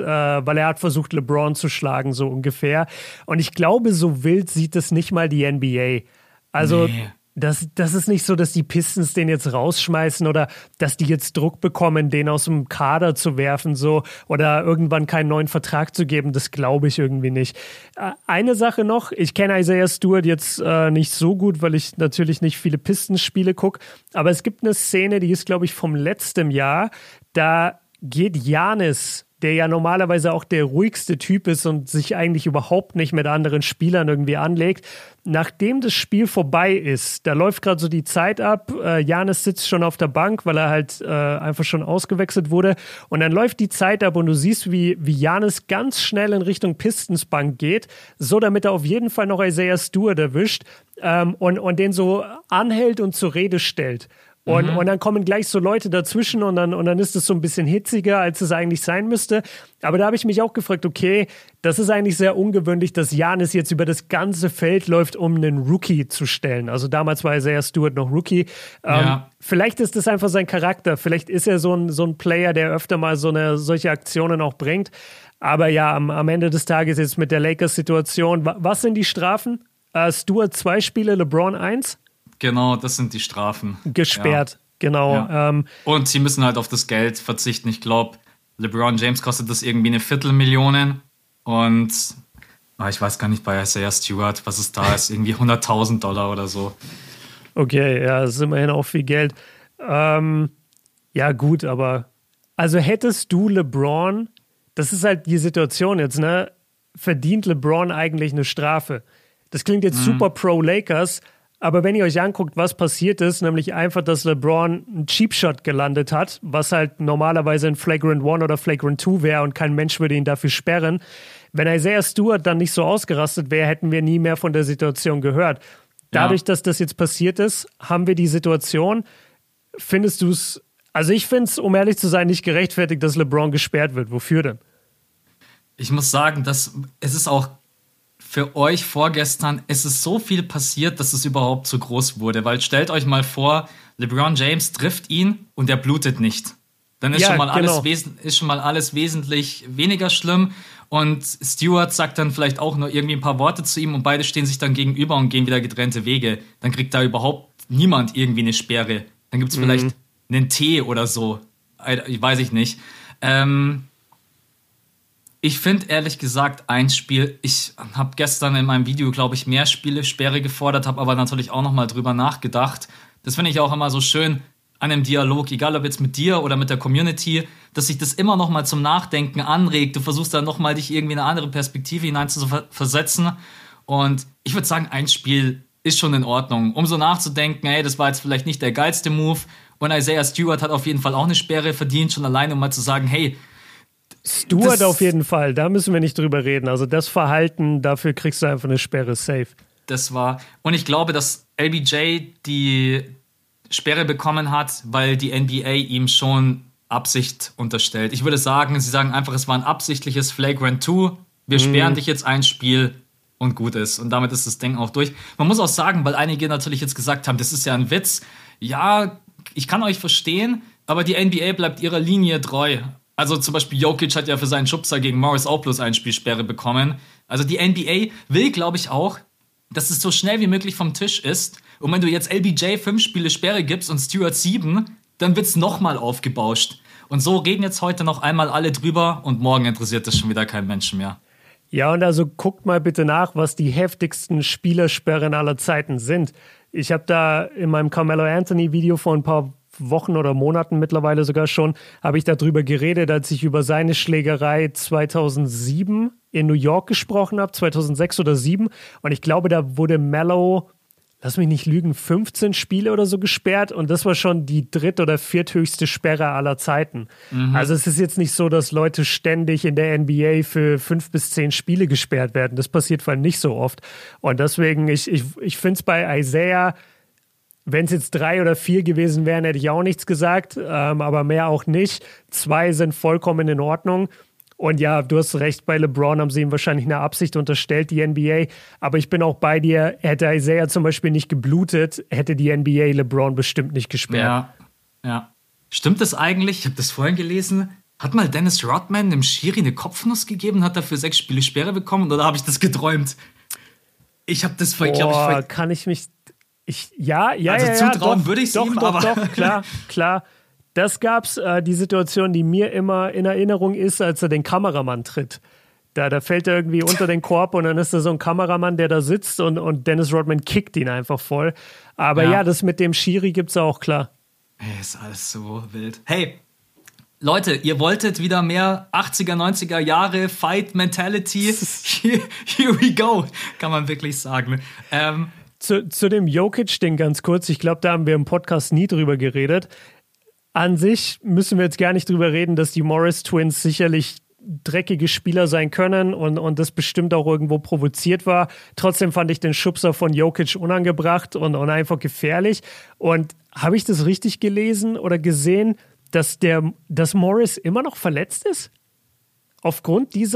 er hat versucht, LeBron zu schlagen, so ungefähr. Und ich glaube, so wild sieht es nicht mal die NBA. Also das ist nicht so, dass die Pistons den jetzt rausschmeißen oder dass die jetzt Druck bekommen, den aus dem Kader zu werfen so oder irgendwann keinen neuen Vertrag zu geben. Das glaube ich irgendwie nicht. Eine Sache noch, ich kenne Isaiah Stewart jetzt nicht so gut, weil ich natürlich nicht viele Pistons-Spiele gucke, aber es gibt eine Szene, die ist, glaube ich, vom letzten Jahr. Da geht Giannis, der ja normalerweise auch der ruhigste Typ ist und sich eigentlich überhaupt nicht mit anderen Spielern irgendwie anlegt. Nachdem das Spiel vorbei ist, da läuft gerade so die Zeit ab, Giannis sitzt schon auf der Bank, weil er halt einfach schon ausgewechselt wurde und dann läuft die Zeit ab und du siehst, wie Giannis ganz schnell in Richtung Pistons-Bank geht, so damit er auf jeden Fall noch Isaiah Stewart erwischt und den so anhält und zur Rede stellt. Und dann kommen gleich so Leute dazwischen und dann ist es so ein bisschen hitziger, als es eigentlich sein müsste. Aber da habe ich mich auch gefragt, okay, das ist eigentlich sehr ungewöhnlich, dass Giannis jetzt über das ganze Feld läuft, um einen Rookie zu stellen. Also damals war Isaiah Stewart noch Rookie. Vielleicht ist das einfach sein Charakter. Vielleicht ist er so ein Player, der öfter mal solche Aktionen auch bringt. Aber ja, am Ende des Tages jetzt mit der Lakers-Situation, was sind die Strafen? Stewart 2 Spiele, LeBron 1? Genau, das sind die Strafen. Gesperrt, genau. Ja. Und sie müssen halt auf das Geld verzichten. Ich glaube, LeBron James kostet das irgendwie eine Viertelmillion. Und ich weiß gar nicht bei Isaiah Stewart, was es da ist. Irgendwie $100.000 oder so. Okay, ja, das ist immerhin auch viel Geld. Ja, gut, aber also hättest du LeBron, das ist halt die Situation jetzt, ne? Verdient LeBron eigentlich eine Strafe? Das klingt jetzt super pro Lakers, aber wenn ihr euch anguckt, was passiert ist, nämlich einfach, dass LeBron einen Cheap Shot gelandet hat, was halt normalerweise ein Flagrant 1 oder Flagrant 2 wäre und kein Mensch würde ihn dafür sperren. Wenn Isaiah Stewart dann nicht so ausgerastet wäre, hätten wir nie mehr von der Situation gehört. Dadurch, dass das jetzt passiert ist, haben wir die Situation. Findest du es, also ich finde es, um ehrlich zu sein, nicht gerechtfertigt, dass LeBron gesperrt wird. Wofür denn? Ich muss sagen, es ist auch für euch vorgestern, es ist so viel passiert, dass es überhaupt zu groß wurde. Weil stellt euch mal vor, LeBron James trifft ihn und er blutet nicht. Dann ist, Ja, schon mal genau. ist schon mal alles wesentlich weniger schlimm. Und Stewart sagt dann vielleicht auch nur irgendwie ein paar Worte zu ihm und beide stehen sich dann gegenüber und gehen wieder getrennte Wege. Dann kriegt da überhaupt niemand irgendwie eine Sperre. Dann gibt es vielleicht einen Tee oder so. Weiß ich nicht. Ich finde ehrlich gesagt ein Spiel, ich habe gestern in meinem Video, glaube ich, mehr Spiele-Sperre gefordert, habe aber natürlich auch nochmal drüber nachgedacht. Das finde ich auch immer so schön an einem Dialog, egal ob jetzt mit dir oder mit der Community, dass sich das immer nochmal zum Nachdenken anregt. Du versuchst dann nochmal dich irgendwie in eine andere Perspektive hinein zu versetzen. Und ich würde sagen, ein Spiel ist schon in Ordnung. Um so nachzudenken, hey, das war jetzt vielleicht nicht der geilste Move. Und Isaiah Stewart hat auf jeden Fall auch eine Sperre verdient, schon alleine, um mal zu sagen, hey, Stewart auf jeden Fall, da müssen wir nicht drüber reden. Also das Verhalten, dafür kriegst du einfach eine Sperre, safe. das war. Und ich glaube, dass LBJ die Sperre bekommen hat, weil die NBA ihm schon Absicht unterstellt. Ich würde sagen, sie sagen einfach, es war ein absichtliches Flagrant 2. Wir sperren dich jetzt ein Spiel und gut ist. Und damit ist das Ding auch durch. Man muss auch sagen, weil einige natürlich jetzt gesagt haben, das ist ja ein Witz. Ja, ich kann euch verstehen, aber die NBA bleibt ihrer Linie treu. Also zum Beispiel Jokic hat ja für seinen Schubser gegen Morris auch bloß eine Spielsperre bekommen. Also die NBA will, glaube ich, auch, dass es so schnell wie möglich vom Tisch ist. Und wenn du jetzt LBJ 5 Spiele Sperre gibst und Stewart 7, dann wird's nochmal aufgebauscht. Und so reden jetzt heute noch einmal alle drüber und morgen interessiert das schon wieder kein Menschen mehr. Ja, und also guckt mal bitte nach, was die heftigsten Spielersperren aller Zeiten sind. Ich habe da in meinem Carmelo Anthony Video vor ein paar Wochen oder Monaten mittlerweile sogar schon, habe ich darüber geredet, als ich über seine Schlägerei 2007 in New York gesprochen habe, 2006 oder 2007. Und ich glaube, da wurde Melo, lass mich nicht lügen, 15 Spiele oder so gesperrt. Und das war schon die dritt- oder vierthöchste Sperre aller Zeiten. Also es ist jetzt nicht so, dass Leute ständig in der NBA für 5 bis 10 Spiele gesperrt werden. Das passiert vor allem nicht so oft. Und deswegen, ich finde es bei Isaiah, wenn es jetzt 3 oder 4 gewesen wären, hätte ich auch nichts gesagt, aber mehr auch nicht. 2 sind vollkommen in Ordnung. Und ja, du hast recht, bei LeBron haben sie ihm wahrscheinlich eine Absicht unterstellt, die NBA. Aber ich bin auch bei dir, hätte Isaiah zum Beispiel nicht geblutet, hätte die NBA LeBron bestimmt nicht gesperrt. Ja. Stimmt das eigentlich? Ich habe das vorhin gelesen. Hat mal Dennis Rodman dem Schiri eine Kopfnuss gegeben und hat dafür 6 Spiele Sperre bekommen? Oder habe ich das geträumt? Ich habe das Boah, kann ich mich... Ja, zutrauen doch, würde ich es ihm, aber... Doch, klar. Das gab's, die Situation, die mir immer in Erinnerung ist, als er den Kameramann tritt. Da fällt er irgendwie unter den Korb und dann ist da so ein Kameramann, der da sitzt und Dennis Rodman kickt ihn einfach voll. Aber ja, das mit dem Schiri gibt's auch, klar. Hey, ist alles so wild. Hey, Leute, ihr wolltet wieder mehr 80er, 90er Jahre Fight Mentality. Here we go, kann man wirklich sagen. Zu dem Jokic-Ding ganz kurz. Ich glaube, da haben wir im Podcast nie drüber geredet. An sich müssen wir jetzt gar nicht drüber reden, dass die Morris Twins sicherlich dreckige Spieler sein können und das bestimmt auch irgendwo provoziert war. Trotzdem fand ich den Schubser von Jokic unangebracht und einfach gefährlich. Und habe ich das richtig gelesen oder gesehen, dass Morris immer noch verletzt ist? Aufgrund dieses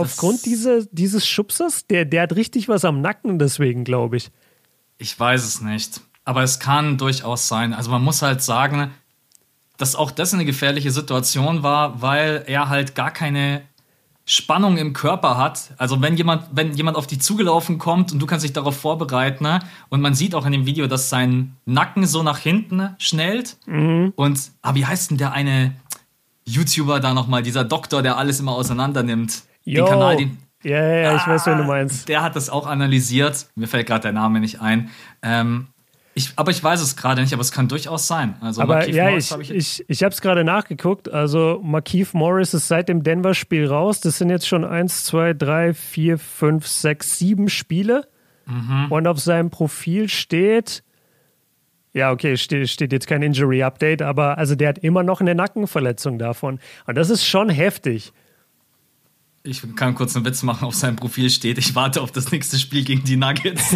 Schubsers? Der hat richtig was am Nacken deswegen, glaube ich. Ich weiß es nicht. Aber es kann durchaus sein. Also man muss halt sagen, dass auch das eine gefährliche Situation war, weil er halt gar keine Spannung im Körper hat. Also wenn jemand auf dich zugelaufen kommt und du kannst dich darauf vorbereiten, ne? Und man sieht auch in dem Video, dass sein Nacken so nach hinten schnellt. Und, wie heißt denn der eine YouTuber da nochmal, dieser Doktor, der alles immer auseinander nimmt? Den Kanal, Ja, ich weiß, wen du meinst. Der hat das auch analysiert. Mir fällt gerade der Name nicht ein. Aber ich weiß es gerade nicht, aber es kann durchaus sein. Also aber ja, ich habe es gerade nachgeguckt. Also Markieff Morris ist seit dem Denver-Spiel raus. Das sind jetzt schon 1, 2, 3, 4, 5, 6, 7 Spiele. Und auf seinem Profil steht, ja, okay, steht jetzt kein Injury-Update, aber also der hat immer noch eine Nackenverletzung davon. Und das ist schon heftig. Ich kann kurz einen Witz machen, auf seinem Profil steht, ich warte auf das nächste Spiel gegen die Nuggets.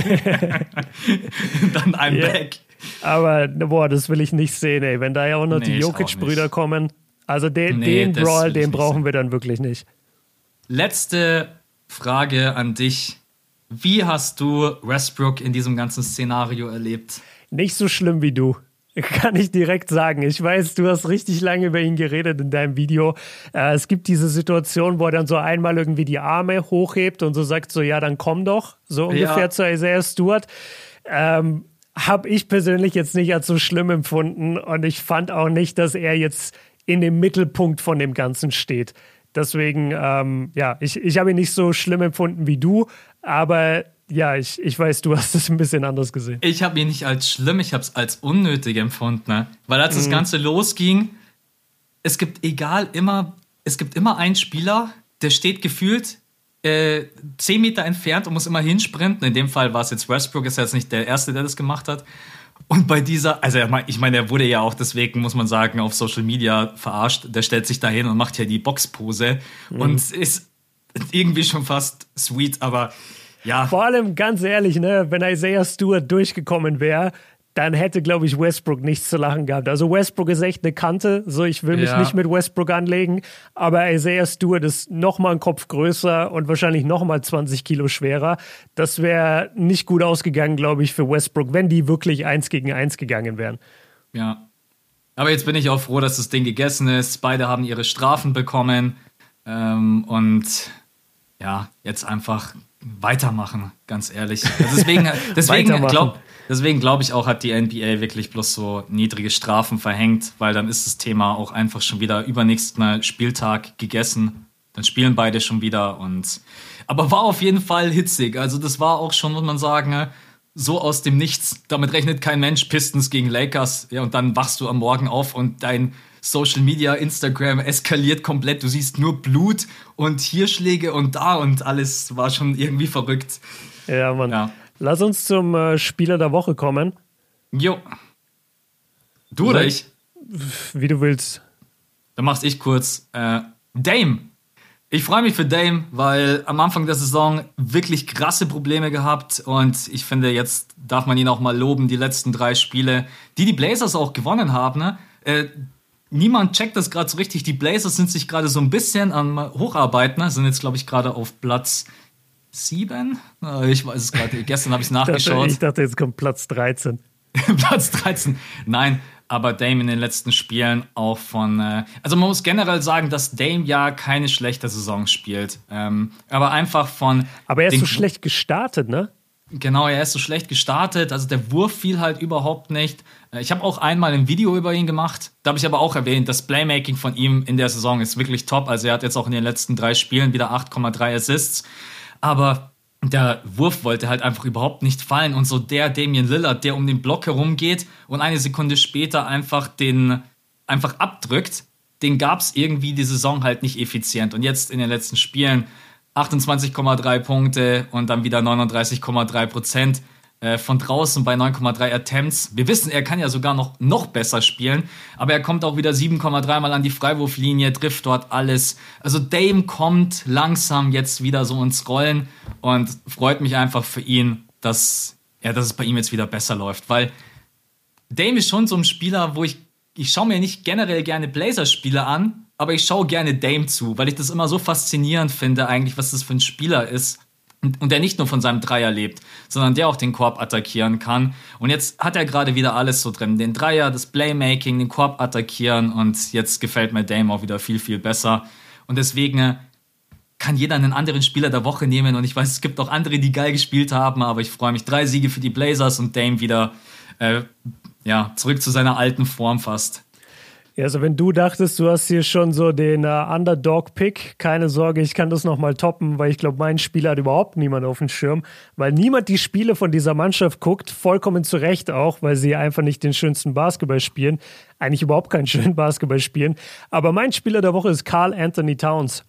Dann I'm back. Aber, das will ich nicht sehen, ey. Wenn da ja auch noch die Jokic-Brüder kommen. Also den Brawl, den brauchen wir dann wirklich nicht. Letzte Frage an dich. Wie hast du Westbrook in diesem ganzen Szenario erlebt? Nicht so schlimm wie du. Kann ich direkt sagen. Ich weiß, du hast richtig lange über ihn geredet in deinem Video. Es gibt diese Situation, wo er dann so einmal irgendwie die Arme hochhebt und so sagt so, ja, dann komm doch, so ungefähr zu Isaiah Stewart. Habe ich persönlich jetzt nicht als so schlimm empfunden und ich fand auch nicht, dass er jetzt in dem Mittelpunkt von dem Ganzen steht. Deswegen, ich habe ihn nicht so schlimm empfunden wie du, aber ja, ich weiß, du hast es ein bisschen anders gesehen. Ich habe ihn nicht als schlimm, ich habe es als unnötig empfunden. Ne? Weil als das Ganze losging, es gibt immer einen Spieler, der steht gefühlt 10 Meter entfernt und muss immer hinsprinten. In dem Fall war es jetzt Westbrook, ist ja jetzt nicht der Erste, der das gemacht hat. Und bei dieser, also ich meine, er wurde ja auch deswegen, muss man sagen, auf Social Media verarscht. Der stellt sich da hin und macht ja die Boxpose und ist irgendwie schon fast sweet, aber ja. Vor allem, ganz ehrlich, ne, wenn Isaiah Stewart durchgekommen wäre, dann hätte, glaube ich, Westbrook nichts zu lachen gehabt. Also Westbrook ist echt eine Kante, so ich will mich nicht mit Westbrook anlegen, aber Isaiah Stewart ist nochmal einen Kopf größer und wahrscheinlich nochmal 20 Kilo schwerer. Das wäre nicht gut ausgegangen, glaube ich, für Westbrook, wenn die wirklich 1 gegen 1 gegangen wären. Ja, aber jetzt bin ich auch froh, dass das Ding gegessen ist. Beide haben ihre Strafen bekommen und ja, jetzt einfach weitermachen, ganz ehrlich. Deswegen glaube ich auch, hat die NBA wirklich bloß so niedrige Strafen verhängt, weil dann ist das Thema auch einfach schon wieder übernächsten Spieltag gegessen. Dann spielen beide schon wieder aber war auf jeden Fall hitzig. Also das war auch schon, muss man sagen, so aus dem Nichts. Damit rechnet kein Mensch. Pistons gegen Lakers. Ja, und dann wachst du am Morgen auf und dein Social Media, Instagram eskaliert komplett. Du siehst nur Blut und Hirschläge und da und alles war schon irgendwie verrückt. Ja, Mann. Ja. Lass uns zum Spieler der Woche kommen. Jo. Du oder ich? Wie du willst. Dann mach's ich kurz. Dame. Ich freue mich für Dame, weil am Anfang der Saison wirklich krasse Probleme gehabt und ich finde, jetzt darf man ihn auch mal loben, die letzten 3 Spiele, die Blazers auch gewonnen haben, ne? Niemand checkt das gerade so richtig. Die Blazers sind sich gerade so ein bisschen am Hocharbeiten, ne? Sind jetzt, glaube ich, gerade auf Platz 7. Ich weiß es gerade, gestern habe ich es nachgeschaut. Ich dachte, jetzt kommt Platz 13. Platz 13. Nein, aber Dame in den letzten Spielen auch also man muss generell sagen, dass Dame ja keine schlechte Saison spielt. Aber einfach von... Aber er ist so schlecht gestartet, ne? Genau, er ist so schlecht gestartet. Also der Wurf fiel halt überhaupt nicht. Ich habe auch einmal ein Video über ihn gemacht. Da habe ich aber auch erwähnt, das Playmaking von ihm in der Saison ist wirklich top. Also er hat jetzt auch in den letzten 3 Spielen wieder 8,3 Assists. Aber der Wurf wollte halt einfach überhaupt nicht fallen. Und so der Damian Lillard, der um den Block herumgeht und eine Sekunde später einfach abdrückt, den gab es irgendwie die Saison halt nicht effizient. Und jetzt in den letzten Spielen 28,3 Punkte und dann wieder 39,3% von draußen bei 9,3 Attempts. Wir wissen, er kann ja sogar noch besser spielen, aber er kommt auch wieder 7,3 Mal an die Freiwurflinie, trifft dort alles. Also Dame kommt langsam jetzt wieder so ins Rollen und freut mich einfach für ihn, dass es bei ihm jetzt wieder besser läuft, weil Dame ist schon so ein Spieler, wo ich schaue mir nicht generell gerne Blazers-Spiele an, aber ich schaue gerne Dame zu, weil ich das immer so faszinierend finde eigentlich, was das für ein Spieler ist. Und der nicht nur von seinem Dreier lebt, sondern der auch den Korb attackieren kann. Und jetzt hat er gerade wieder alles so drin. Den Dreier, das Playmaking, den Korb attackieren. Und jetzt gefällt mir Dame auch wieder viel, viel besser. Und deswegen kann jeder einen anderen Spieler der Woche nehmen. Und ich weiß, es gibt auch andere, die geil gespielt haben. Aber ich freue mich. 3 Siege für die Blazers und Dame wieder zurück zu seiner alten Form fast. Ja, also wenn du dachtest, du hast hier schon so den Underdog-Pick, keine Sorge, ich kann das nochmal toppen, weil ich glaube, mein Spieler hat überhaupt niemand auf dem Schirm, weil niemand die Spiele von dieser Mannschaft guckt, vollkommen zu Recht auch, weil sie einfach nicht den schönsten Basketball spielen, eigentlich überhaupt keinen schönen Basketball spielen, aber mein Spieler der Woche ist Karl Anthony Towns.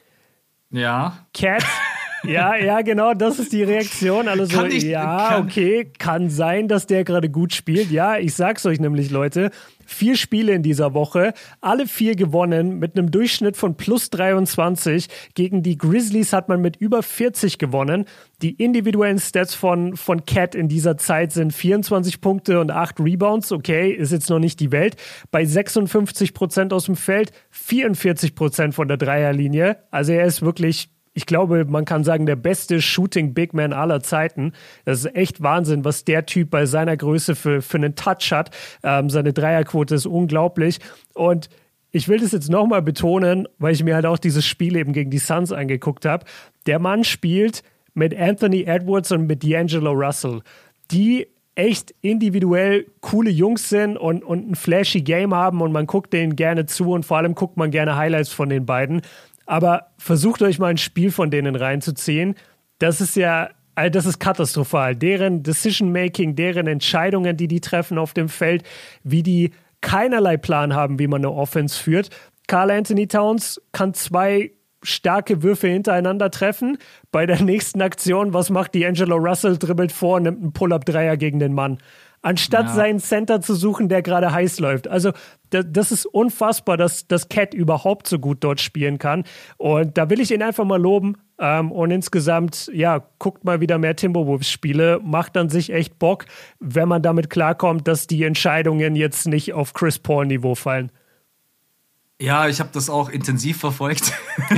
Ja. Cat. Ja, genau, das ist die Reaktion. Also okay, kann sein, dass der gerade gut spielt. Ja, ich sag's euch nämlich, Leute, 4 Spiele in dieser Woche, alle 4 gewonnen mit einem Durchschnitt von plus 23. Gegen die Grizzlies hat man mit über 40 gewonnen. Die individuellen Stats von Cat in dieser Zeit sind 24 Punkte und 8 Rebounds. Okay, ist jetzt noch nicht die Welt. Bei 56% aus dem Feld, 44% von der Dreierlinie. Also er ist wirklich ich glaube, man kann sagen, der beste Shooting Big Man aller Zeiten. Das ist echt Wahnsinn, was der Typ bei seiner Größe für einen Touch hat. Seine Dreierquote ist unglaublich. Und ich will das jetzt nochmal betonen, weil ich mir halt auch dieses Spiel eben gegen die Suns angeguckt habe. Der Mann spielt mit Anthony Edwards und mit D'Angelo Russell, die echt individuell coole Jungs sind und ein flashy Game haben und man guckt denen gerne zu und vor allem guckt man gerne Highlights von den beiden. Aber versucht euch mal ein Spiel von denen reinzuziehen. Das ist katastrophal. Deren Decision-Making, deren Entscheidungen, die treffen auf dem Feld, wie die keinerlei Plan haben, wie man eine Offense führt. Karl Anthony Towns kann 2 starke Würfe hintereinander treffen. Bei der nächsten Aktion, was macht D'Angelo Russell? Dribbelt vor, nimmt einen Pull-Up-Dreier gegen den Mann. Anstatt seinen Center zu suchen, der gerade heiß läuft. Also das ist unfassbar, dass Cat überhaupt so gut dort spielen kann. Und da will ich ihn einfach mal loben. Und insgesamt, guckt mal wieder mehr Timberwolves-Spiele. Macht an sich echt Bock, wenn man damit klarkommt, dass die Entscheidungen jetzt nicht auf Chris Paul-Niveau fallen. Ja, ich habe das auch intensiv verfolgt.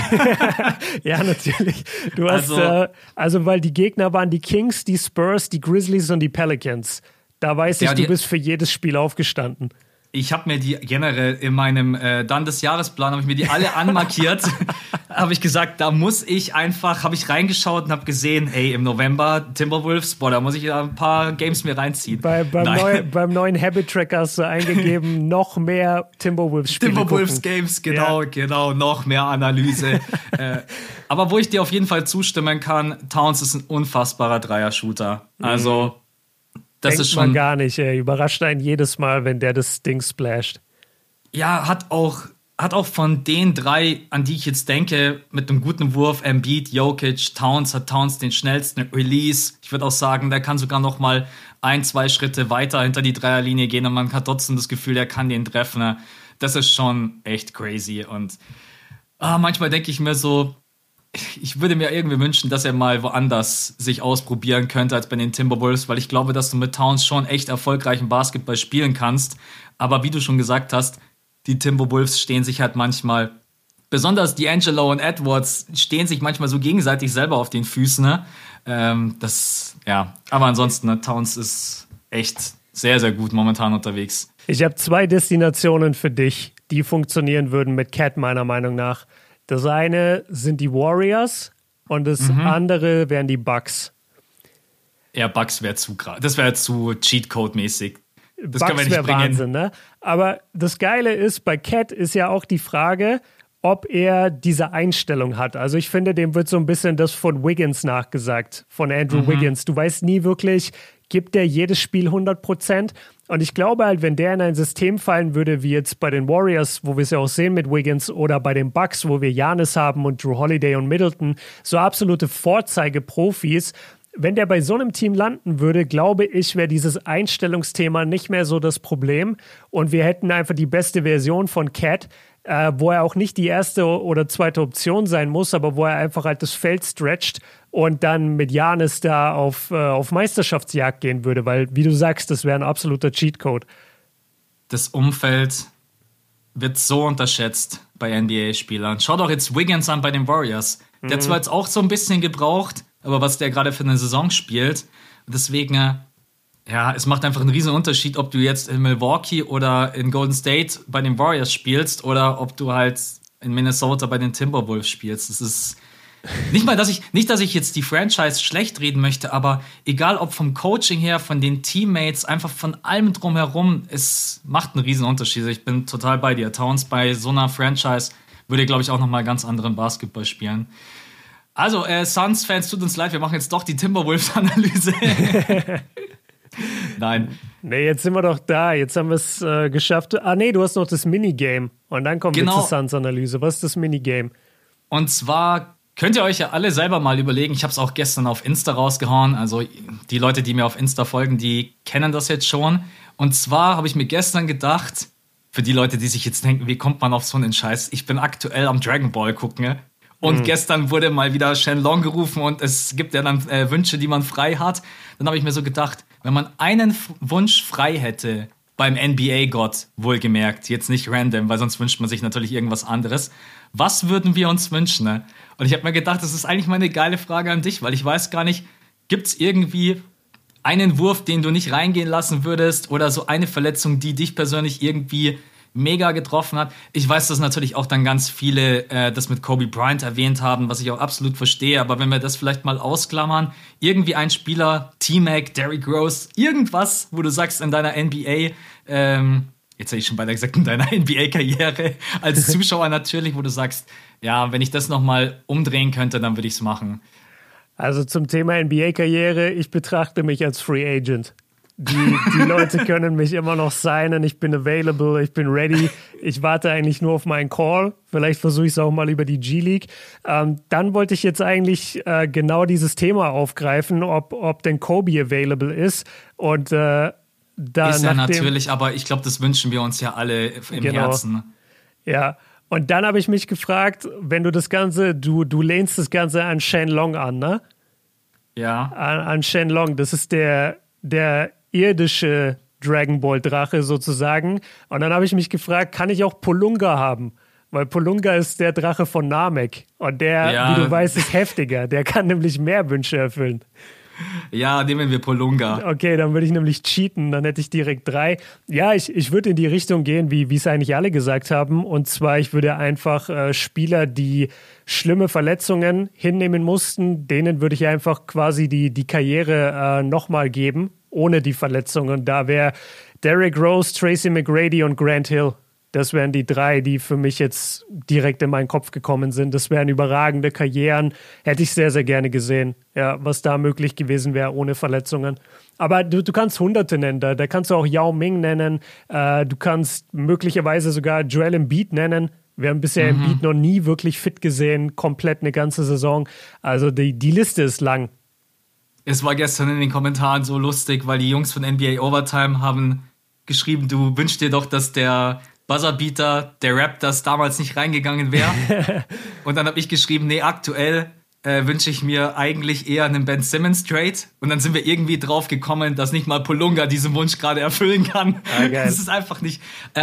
Ja, natürlich. Du hast, weil die Gegner waren die Kings, die Spurs, die Grizzlies und die Pelicans. Da weiß ich, du bist für jedes Spiel aufgestanden. Ich habe mir die generell in meinem Dann des Jahresplan, habe ich mir die alle anmarkiert. Habe ich gesagt, da muss ich einfach, habe ich reingeschaut und habe gesehen, hey, im November Timberwolves, da muss ich ja ein paar Games mir reinziehen. Beim neuen Habit-Tracker hast du eingegeben, noch mehr Timberwolves-Spiele Timberwolves-Games, genau, noch mehr Analyse. Aber wo ich dir auf jeden Fall zustimmen kann, Towns ist ein unfassbarer Dreier-Shooter. Also das denkt ist schon man gar nicht, ey. Überrascht einen jedes Mal, wenn der das Ding splasht. Ja, hat auch von den 3, an die ich jetzt denke, mit einem guten Wurf, Embiid, Jokic, hat Towns den schnellsten Release. Ich würde auch sagen, der kann sogar noch mal 1-2 Schritte weiter hinter die Dreierlinie gehen und man hat trotzdem das Gefühl, er kann den treffen. Das ist schon echt crazy. Und manchmal denke ich mir so, ich würde mir irgendwie wünschen, dass er mal woanders sich ausprobieren könnte als bei den Timberwolves, weil ich glaube, dass du mit Towns schon echt erfolgreichen Basketball spielen kannst. Aber wie du schon gesagt hast, die Timberwolves stehen sich halt manchmal, besonders D'Angelo und Edwards, stehen sich manchmal so gegenseitig selber auf den Füßen. Ne? Aber ansonsten, Towns ist echt sehr, sehr gut momentan unterwegs. Ich habe 2 Destinationen für dich, die funktionieren würden mit Cat, meiner Meinung nach. Das eine sind die Warriors und das andere wären die Bucks. Ja, Bucks wäre das wäre zu Cheatcode-mäßig. Das Bucks können wir nicht bringen. Wahnsinn, ne? Aber das Geile ist, bei Cat ist ja auch die Frage, ob er diese Einstellung hat. Also ich finde, dem wird so ein bisschen das von Wiggins nachgesagt, von Andrew Wiggins. Du weißt nie wirklich, gibt der jedes Spiel 100%? Und ich glaube halt, wenn der in ein System fallen würde, wie jetzt bei den Warriors, wo wir es ja auch sehen mit Wiggins, oder bei den Bucks, wo wir Giannis haben und Drew Holiday und Middleton, so absolute Vorzeigeprofis, wenn der bei so einem Team landen würde, glaube ich, wäre dieses Einstellungsthema nicht mehr so das Problem und wir hätten einfach die beste Version von Cat, wo er auch nicht die erste oder zweite Option sein muss, aber wo er einfach halt das Feld stretcht und dann mit Giannis da auf Meisterschaftsjagd gehen würde, weil, wie du sagst, das wäre ein absoluter Cheatcode. Das Umfeld wird so unterschätzt bei NBA-Spielern. Schau doch jetzt Wiggins an bei den Warriors. Der hat zwar jetzt auch so ein bisschen gebraucht, aber was der gerade für eine Saison spielt, deswegen, es macht einfach einen riesen Unterschied, ob du jetzt in Milwaukee oder in Golden State bei den Warriors spielst oder ob du halt in Minnesota bei den Timberwolves spielst. Das ist nicht, dass ich jetzt die Franchise schlecht reden möchte, aber egal ob vom Coaching her, von den Teammates, einfach von allem drumherum, es macht einen riesen Unterschied. Ich bin total bei dir. Towns bei so einer Franchise würde, glaube ich, auch nochmal ganz anderen Basketball spielen. Also, Suns-Fans, tut uns leid, wir machen jetzt doch die Timberwolves-Analyse. Nein. Nee, jetzt sind wir doch da. Jetzt haben wir es geschafft. Du hast noch das Minigame. Und dann kommen wir zur Suns-Analyse. Was ist das Minigame? Und zwar könnt ihr euch ja alle selber mal überlegen. Ich habe es auch gestern auf Insta rausgehauen. Also die Leute, die mir auf Insta folgen, die kennen das jetzt schon. Und zwar habe ich mir gestern gedacht, für die Leute, die sich jetzt denken, wie kommt man auf so einen Scheiß? Ich bin aktuell am Dragon Ball gucken. Und gestern wurde mal wieder Shenlong gerufen und es gibt ja dann Wünsche, die man frei hat. Dann habe ich mir so gedacht, wenn man einen Wunsch frei hätte beim NBA-Gott, wohlgemerkt. Jetzt nicht random, weil sonst wünscht man sich natürlich irgendwas anderes. Was würden wir uns wünschen? Ne? Und ich habe mir gedacht, das ist eigentlich mal eine geile Frage an dich, weil ich weiß gar nicht, gibt es irgendwie einen Wurf, den du nicht reingehen lassen würdest oder so eine Verletzung, die dich persönlich irgendwie mega getroffen hat? Ich weiß, dass natürlich auch dann ganz viele das mit Kobe Bryant erwähnt haben, was ich auch absolut verstehe, aber wenn wir das vielleicht mal ausklammern, irgendwie ein Spieler, T-Mac, Derrick Rose, irgendwas, wo du sagst in deiner NBA, jetzt hätte ich schon beinahe gesagt, in deiner NBA-Karriere als Zuschauer natürlich, wo du sagst, ja, wenn ich das nochmal umdrehen könnte, dann würde ich es machen. Also zum Thema NBA-Karriere, ich betrachte mich als Free Agent. Die Leute können mich immer noch signen, ich bin available, ich bin ready. Ich warte eigentlich nur auf meinen Call. Vielleicht versuche ich es auch mal über die G-League. Dann wollte ich jetzt eigentlich genau dieses Thema aufgreifen, ob denn Kobe available ist. Und da ist er natürlich, aber ich glaube, das wünschen wir uns ja alle im Herzen. Ja, und dann habe ich mich gefragt, wenn du das Ganze, du lehnst das Ganze an Shenlong an, ne? Ja. An Shenlong, das ist der irdische Dragon Ball Drache sozusagen. Und dann habe ich mich gefragt, kann ich auch Polunga haben? Weil Polunga ist der Drache von Namek. Und der, wie du weißt, ist heftiger. Der kann nämlich mehr Wünsche erfüllen. Ja, nehmen wir Polunga. Okay, dann würde ich nämlich cheaten, dann hätte ich direkt 3. Ja, ich würde in die Richtung gehen, wie es eigentlich alle gesagt haben. Und zwar, ich würde einfach Spieler, die schlimme Verletzungen hinnehmen mussten, denen würde ich einfach quasi die Karriere nochmal geben, ohne die Verletzungen. Da wäre Derrick Rose, Tracy McGrady und Grant Hill. Das wären die 3, die für mich jetzt direkt in meinen Kopf gekommen sind. Das wären überragende Karrieren. Hätte ich sehr, sehr gerne gesehen, ja, was da möglich gewesen wäre ohne Verletzungen. Aber du kannst Hunderte nennen. Da kannst du auch Yao Ming nennen. Du kannst möglicherweise sogar Joel Embiid nennen. Wir haben bisher Embiid noch nie wirklich fit gesehen, komplett eine ganze Saison. Also die Liste ist lang. Es war gestern in den Kommentaren so lustig, weil die Jungs von NBA Overtime haben geschrieben, du wünschst dir doch, dass der Buzzerbeater der Raptors damals nicht reingegangen wäre. Und dann habe ich geschrieben, nee, aktuell wünsche ich mir eigentlich eher einen Ben Simmons Trade. Und dann sind wir irgendwie drauf gekommen, dass nicht mal Polunga diesen Wunsch gerade erfüllen kann. Ah, das ist einfach nicht.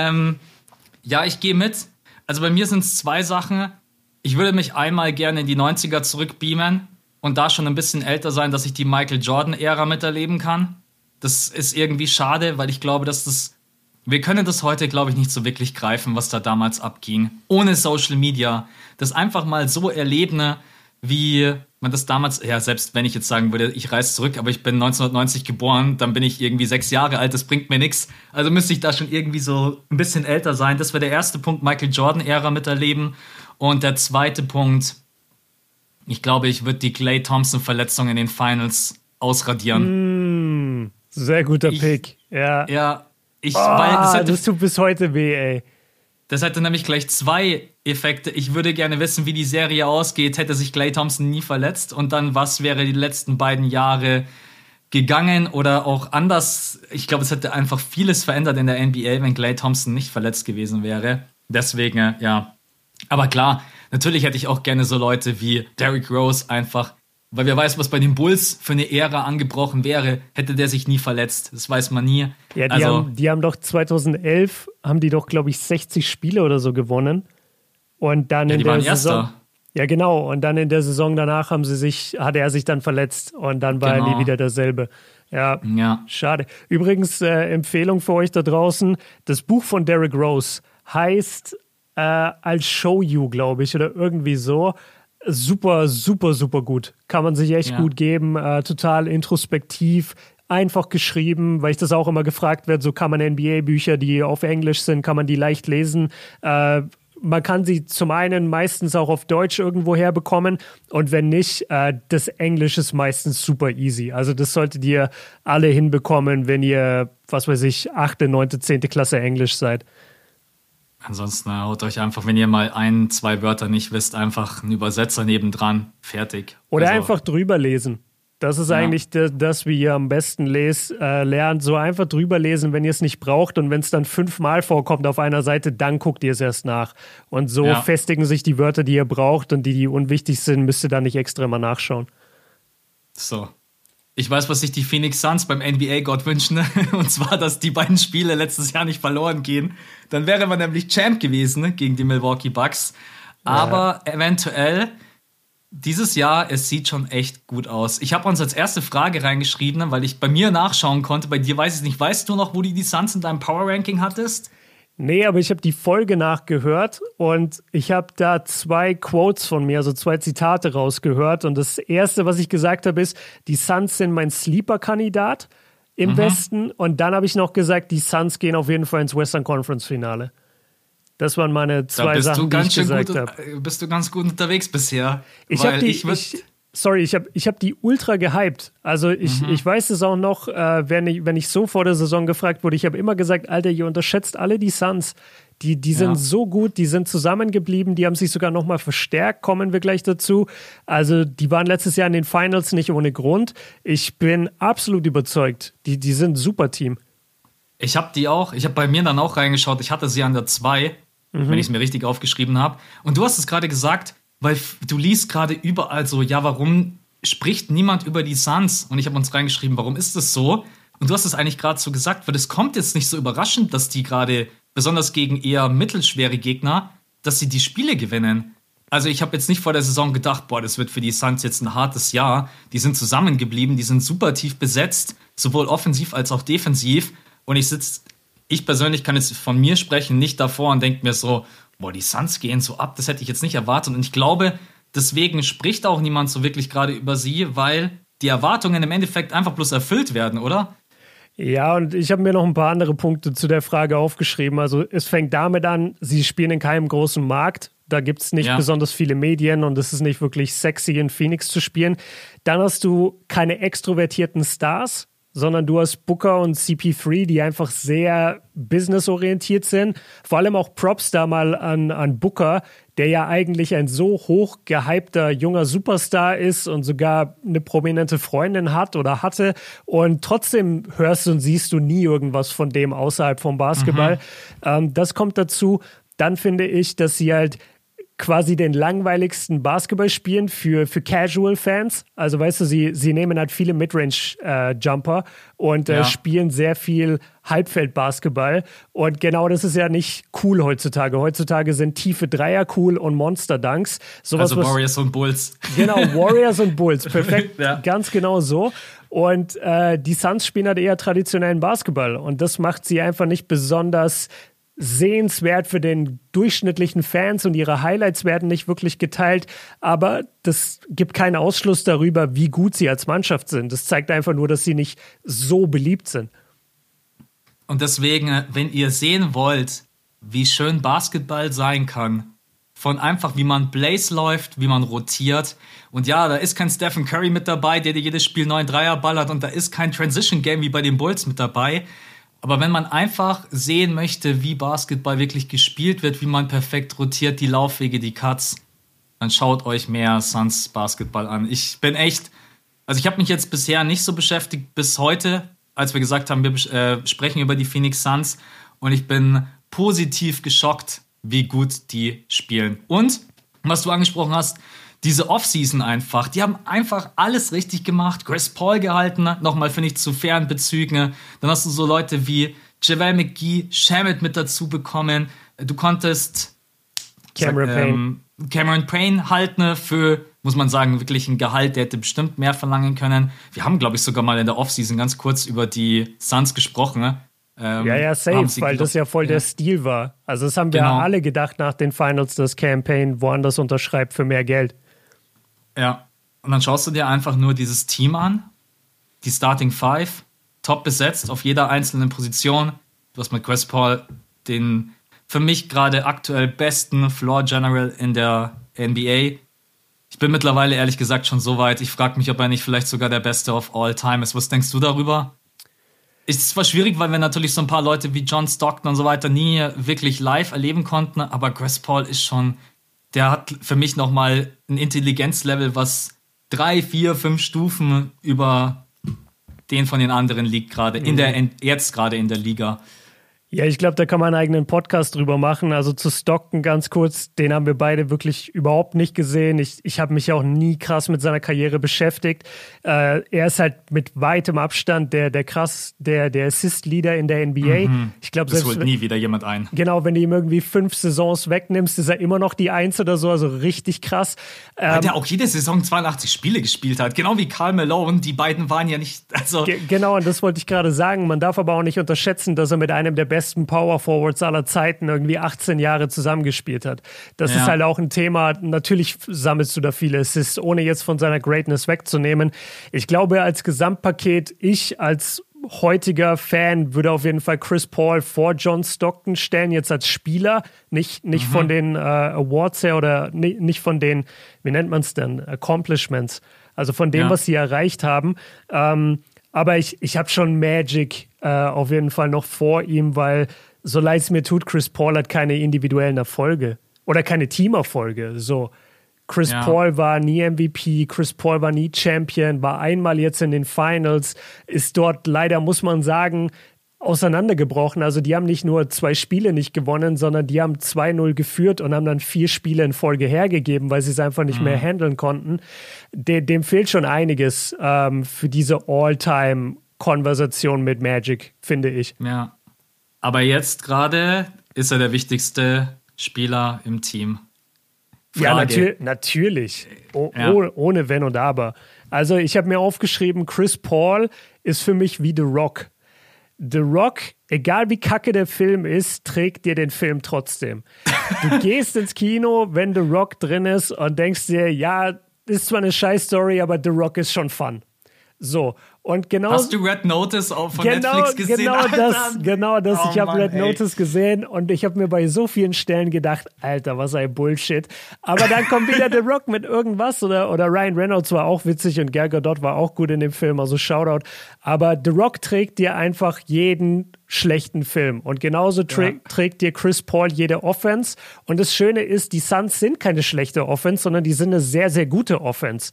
Ja, ich gehe mit. Also bei mir sind es 2 Sachen. Ich würde mich einmal gerne in die 90er zurückbeamen und da schon ein bisschen älter sein, dass ich die Michael Jordan-Ära miterleben kann. Das ist irgendwie schade, weil ich glaube, dass wir können das heute, glaube ich, nicht so wirklich greifen, was da damals abging. Ohne Social Media. Das einfach mal so erleben, wie man das damals, ja, selbst wenn ich jetzt sagen würde, ich reise zurück, aber ich bin 1990 geboren, dann bin ich irgendwie 6 Jahre alt, das bringt mir nichts. Also müsste ich da schon irgendwie so ein bisschen älter sein. Das wäre der erste Punkt, Michael Jordan-Ära miterleben. Und der zweite Punkt, ich glaube, ich würde die Klay Thompson-Verletzung in den Finals ausradieren. Sehr guter Pick. Ja. Ja. Das tut bis heute weh, ey. Das hätte nämlich gleich 2 Effekte. Ich würde gerne wissen, wie die Serie ausgeht, hätte sich Klay Thompson nie verletzt. Und dann, was wäre die letzten beiden Jahre gegangen oder auch anders? Ich glaube, es hätte einfach vieles verändert in der NBA, wenn Klay Thompson nicht verletzt gewesen wäre. Deswegen, ja. Aber klar, natürlich hätte ich auch gerne so Leute wie Derrick Rose einfach, weil wer weiß, was bei den Bulls für eine Ära angebrochen wäre, hätte der sich nie verletzt. Das weiß man nie. Ja, die haben doch 2011, haben die doch, glaube ich, 60 Spiele oder so gewonnen. Und dann in der Saison. Erster. Ja, genau. Und dann in der Saison danach hatte er sich dann verletzt und dann war er nie wieder derselbe. Ja, schade. Übrigens, Empfehlung für euch da draußen, das Buch von Derrick Rose heißt I'll Show You, glaube ich, oder irgendwie so. Super, super, super gut. Kann man sich echt gut geben. Total introspektiv, einfach geschrieben, weil ich das auch immer gefragt werde, so kann man NBA-Bücher, die auf Englisch sind, kann man die leicht lesen. Man kann sie zum einen meistens auch auf Deutsch irgendwo herbekommen und wenn nicht, das Englisch ist meistens super easy. Also das solltet ihr alle hinbekommen, wenn ihr, 8., 9., 10. Klasse Englisch seid. Ansonsten haut euch einfach, wenn ihr mal 1, 2 Wörter nicht wisst, einfach einen Übersetzer nebendran, fertig. Oder einfach drüber lesen. Das ist eigentlich das, wie ihr am besten lernt. So einfach drüber lesen, wenn ihr es nicht braucht. Und wenn es dann 5-mal vorkommt auf einer Seite, dann guckt ihr es erst nach. Und so festigen sich die Wörter, die ihr braucht und die unwichtig sind, müsst ihr dann nicht extra mal nachschauen. So. Ich weiß, was sich die Phoenix Suns beim NBA-Gott wünschen, und zwar, dass die beiden Spiele letztes Jahr nicht verloren gehen. Dann wäre man nämlich Champ gewesen gegen die Milwaukee Bucks. Aber eventuell dieses Jahr, es sieht schon echt gut aus. Ich habe uns als erste Frage reingeschrieben, weil ich bei mir nachschauen konnte. Bei dir weiß ich nicht. Weißt du noch, wo die Suns in deinem Power-Ranking hattest? Nee, aber ich habe die Folge nachgehört und ich habe da 2 Quotes von mir, also 2 Zitate rausgehört. Und das erste, was ich gesagt habe, ist, die Suns sind mein Sleeper-Kandidat im Westen. Und dann habe ich noch gesagt, die Suns gehen auf jeden Fall ins Western Conference Finale. Das waren meine 2 Sachen, die ich gesagt habe. Bist du ganz gut unterwegs bisher? Ich habe ich hab die ultra gehypt. Also ich weiß es auch noch, wenn ich so vor der Saison gefragt wurde, ich habe immer gesagt, Alter, ihr unterschätzt alle die Suns. Die sind so gut, die sind zusammengeblieben, die haben sich sogar nochmal verstärkt, kommen wir gleich dazu. Also die waren letztes Jahr in den Finals nicht ohne Grund. Ich bin absolut überzeugt. Die sind ein super Team. Ich habe bei mir dann auch reingeschaut, ich hatte sie an der 2, wenn ich es mir richtig aufgeschrieben habe. Und du hast es gerade gesagt, weil du liest gerade überall so, ja, warum spricht niemand über die Suns? Und ich habe uns reingeschrieben, warum ist das so? Und du hast es eigentlich gerade so gesagt, weil es kommt jetzt nicht so überraschend, dass die gerade, besonders gegen eher mittelschwere Gegner, dass sie die Spiele gewinnen. Also ich habe jetzt nicht vor der Saison gedacht, boah, das wird für die Suns jetzt ein hartes Jahr. Die sind zusammengeblieben, die sind super tief besetzt, sowohl offensiv als auch defensiv. Und ich persönlich kann jetzt von mir sprechen, nicht davor und denke mir so, boah, die Suns gehen so ab, das hätte ich jetzt nicht erwartet. Und ich glaube, deswegen spricht auch niemand so wirklich gerade über sie, weil die Erwartungen im Endeffekt einfach bloß erfüllt werden, oder? Ja, und ich habe mir noch ein paar andere Punkte zu der Frage aufgeschrieben. Also es fängt damit an, sie spielen in keinem großen Markt. Da gibt es nicht besonders viele Medien und es ist nicht wirklich sexy, in Phoenix zu spielen. Dann hast du keine extrovertierten Stars, sondern du hast Booker und CP3, die einfach sehr businessorientiert sind. Vor allem auch Props da mal an Booker, der ja eigentlich ein so hoch gehypter junger Superstar ist und sogar eine prominente Freundin hat oder hatte. Und trotzdem hörst und siehst du nie irgendwas von dem außerhalb vom Basketball. Das kommt dazu. Dann finde ich, dass sie halt quasi den langweiligsten Basketball spielen für Casual-Fans. Also weißt du, sie nehmen halt viele Midrange-Jumper und spielen sehr viel Halbfeld-Basketball. Und genau das ist ja nicht cool heutzutage. Heutzutage sind tiefe Dreier cool und Monster-Dunks. Also Warriors und Bulls. Genau, Warriors und Bulls. Perfekt, ganz genau so. Und die Suns spielen halt eher traditionellen Basketball. Und das macht sie einfach nicht besonders sehenswert für den durchschnittlichen Fans und ihre Highlights werden nicht wirklich geteilt, aber das gibt keinen Ausschluss darüber, wie gut sie als Mannschaft sind. Das zeigt einfach nur, dass sie nicht so beliebt sind. Und deswegen, wenn ihr sehen wollt, wie schön Basketball sein kann, von einfach, wie man Plays läuft, wie man rotiert. Und ja, da ist kein Stephen Curry mit dabei, der dir jedes Spiel 9 Dreier ballert und da ist kein Transition-Game wie bei den Bulls mit dabei. Aber wenn man einfach sehen möchte, wie Basketball wirklich gespielt wird, wie man perfekt rotiert, die Laufwege, die Cuts, dann schaut euch mehr Suns Basketball an. Ich habe mich jetzt bisher nicht so beschäftigt bis heute, als wir gesagt haben, wir sprechen über die Phoenix Suns und ich bin positiv geschockt, wie gut die spielen. Und, was du angesprochen hast, diese Offseason einfach, die haben einfach alles richtig gemacht. Chris Paul gehalten, nochmal finde ich zu fairen Bezügen. Dann hast du so Leute wie JaVale McGee, Shamet mit dazu bekommen. Du konntest Cameron Payne halten für, muss man sagen, wirklich ein Gehalt, der hätte bestimmt mehr verlangen können. Wir haben, glaube ich, sogar mal in der Offseason ganz kurz über die Suns gesprochen. Safe, weil das ja voll der Stil war. Also das haben wir alle gedacht nach den Finals, dass Campaign woanders unterschreibt für mehr Geld. Ja, und dann schaust du dir einfach nur dieses Team an, die Starting Five, top besetzt auf jeder einzelnen Position. Du hast mit Chris Paul den für mich gerade aktuell besten Floor General in der NBA. Ich bin mittlerweile ehrlich gesagt schon so weit, ich frage mich, ob er nicht vielleicht sogar der Beste of all time ist. Was denkst du darüber? Ist zwar schwierig, weil wir natürlich so ein paar Leute wie John Stockton und so weiter nie wirklich live erleben konnten, aber Chris Paul ist schon, der hat für mich nochmal ein Intelligenzlevel, was 3, 4, 5 Stufen über den von den anderen liegt, gerade jetzt gerade in der Liga. Ja, ich glaube, da kann man einen eigenen Podcast drüber machen. Also zu Stockton ganz kurz, den haben wir beide wirklich überhaupt nicht gesehen. Ich habe mich auch nie krass mit seiner Karriere beschäftigt. Er ist halt mit weitem Abstand der Assist-Leader in der NBA. Ich glaube, das holt nie wieder jemand ein. Genau, wenn du ihm irgendwie 5 Saisons wegnimmst, ist er immer noch die 1 oder so, also richtig krass. Weil der auch jede Saison 82 Spiele gespielt hat, genau wie Karl Malone. Die beiden waren ja nicht, also... Genau, und das wollte ich gerade sagen. Man darf aber auch nicht unterschätzen, dass er mit einem der besten Power Forwards aller Zeiten irgendwie 18 Jahre zusammengespielt hat. Das ist halt auch ein Thema. Natürlich sammelst du da viele Assists, ohne jetzt von seiner Greatness wegzunehmen. Ich glaube, als Gesamtpaket, ich als heutiger Fan würde auf jeden Fall Chris Paul vor John Stockton stellen, jetzt als Spieler, nicht von den Awards her oder nicht von den, wie nennt man es denn, Accomplishments, also von dem, was sie erreicht haben. Aber ich habe schon Magic auf jeden Fall noch vor ihm, weil so leid es mir tut, Chris Paul hat keine individuellen Erfolge oder keine Teamerfolge. So, Chris Paul war nie MVP, Chris Paul war nie Champion, war einmal jetzt in den Finals, ist dort leider, muss man sagen, auseinandergebrochen. Also die haben nicht nur 2 Spiele nicht gewonnen, sondern die haben 2-0 geführt und haben dann 4 Spiele in Folge hergegeben, weil sie es einfach nicht mehr handeln konnten. Dem fehlt schon einiges für diese All-Time-Konversation mit Magic, finde ich. Ja, aber jetzt gerade ist er der wichtigste Spieler im Team. Frage. Ja, natürlich. Ohne Wenn und Aber. Also ich habe mir aufgeschrieben, Chris Paul ist für mich wie The Rock. The Rock, egal wie kacke der Film ist, trägt dir den Film trotzdem. Du gehst ins Kino, wenn The Rock drin ist und denkst dir, ja, ist zwar eine Scheiß-Story, aber The Rock ist schon fun. So, und genau... Hast du Red Notice auch von Netflix gesehen? Genau das. Oh, ich habe Red ey. Notice gesehen und ich habe mir bei so vielen Stellen gedacht, Alter, was ein Bullshit. Aber dann kommt wieder The Rock mit irgendwas oder Ryan Reynolds war auch witzig und Gal Gadot war auch gut in dem Film, also Shoutout. Aber The Rock trägt dir einfach jeden schlechten Film und genauso trägt dir Chris Paul jede Offense. Und das Schöne ist, die Suns sind keine schlechte Offense, sondern die sind eine sehr, sehr gute Offense.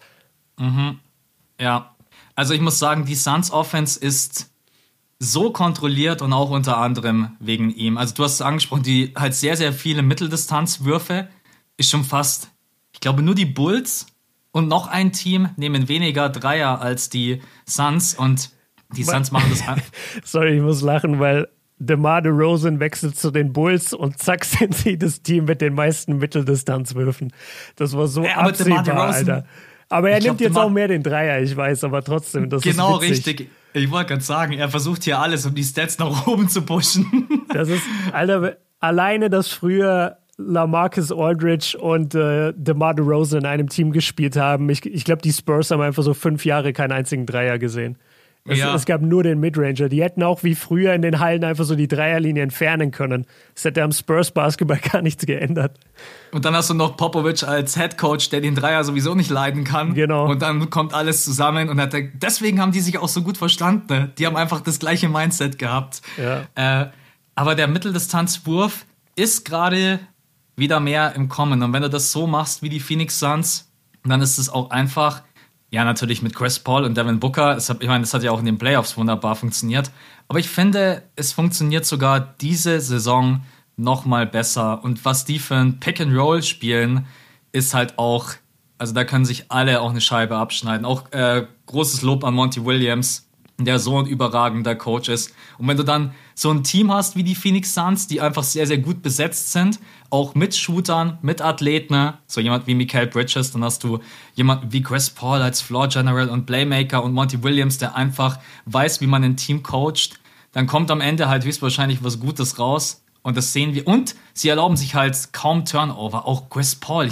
Ja. Also ich muss sagen, die Suns Offense ist so kontrolliert und auch unter anderem wegen ihm. Also du hast es angesprochen, die halt sehr, sehr viele Mitteldistanzwürfe ist schon fast, ich glaube nur die Bulls und noch ein Team nehmen weniger Dreier als die Suns und die Suns machen das an. Sorry, ich muss lachen, weil DeMar DeRozan wechselt zu den Bulls und zack sind sie das Team mit den meisten Mitteldistanzwürfen. Das war so absehbar, Alter. Aber er nimmt jetzt auch mehr den Dreier, ich weiß, aber trotzdem, das ist genau witzig. Richtig. Ich wollte gerade sagen, er versucht hier alles, um die Stats nach oben zu pushen. Das ist, Alter, alleine, dass früher LaMarcus Aldridge und DeMar DeRozan in einem Team gespielt haben. Ich glaube, die Spurs haben einfach so 5 Jahre keinen einzigen Dreier gesehen. Es gab nur den Midranger. Die hätten auch wie früher in den Hallen einfach so die Dreierlinie entfernen können. Das hätte am Spurs-Basketball gar nichts geändert. Und dann hast du noch Popovich als Headcoach, der den Dreier sowieso nicht leiden kann. Genau. Und dann kommt alles zusammen. Und deswegen haben die sich auch so gut verstanden. Ne? Die haben einfach das gleiche Mindset gehabt. Ja. Aber der Mitteldistanzwurf ist gerade wieder mehr im Kommen. Und wenn du das so machst wie die Phoenix Suns, dann ist es auch einfach... Ja, natürlich mit Chris Paul und Devin Booker. Das hat ja auch in den Playoffs wunderbar funktioniert. Aber ich finde, es funktioniert sogar diese Saison noch mal besser. Und was die für ein Pick-and-Roll spielen, ist halt auch, also da können sich alle auch eine Scheibe abschneiden. Auch großes Lob an Monty Williams, der so ein überragender Coach ist. Und wenn du dann so ein Team hast wie die Phoenix Suns, die einfach sehr, sehr gut besetzt sind, auch mit Shootern, mit Athleten, so jemand wie Mikal Bridges, dann hast du jemanden wie Chris Paul als Floor General und Playmaker und Monty Williams, der einfach weiß, wie man ein Team coacht, dann kommt am Ende halt höchstwahrscheinlich was Gutes raus und das sehen wir. Und sie erlauben sich halt kaum Turnover. Auch Chris Paul,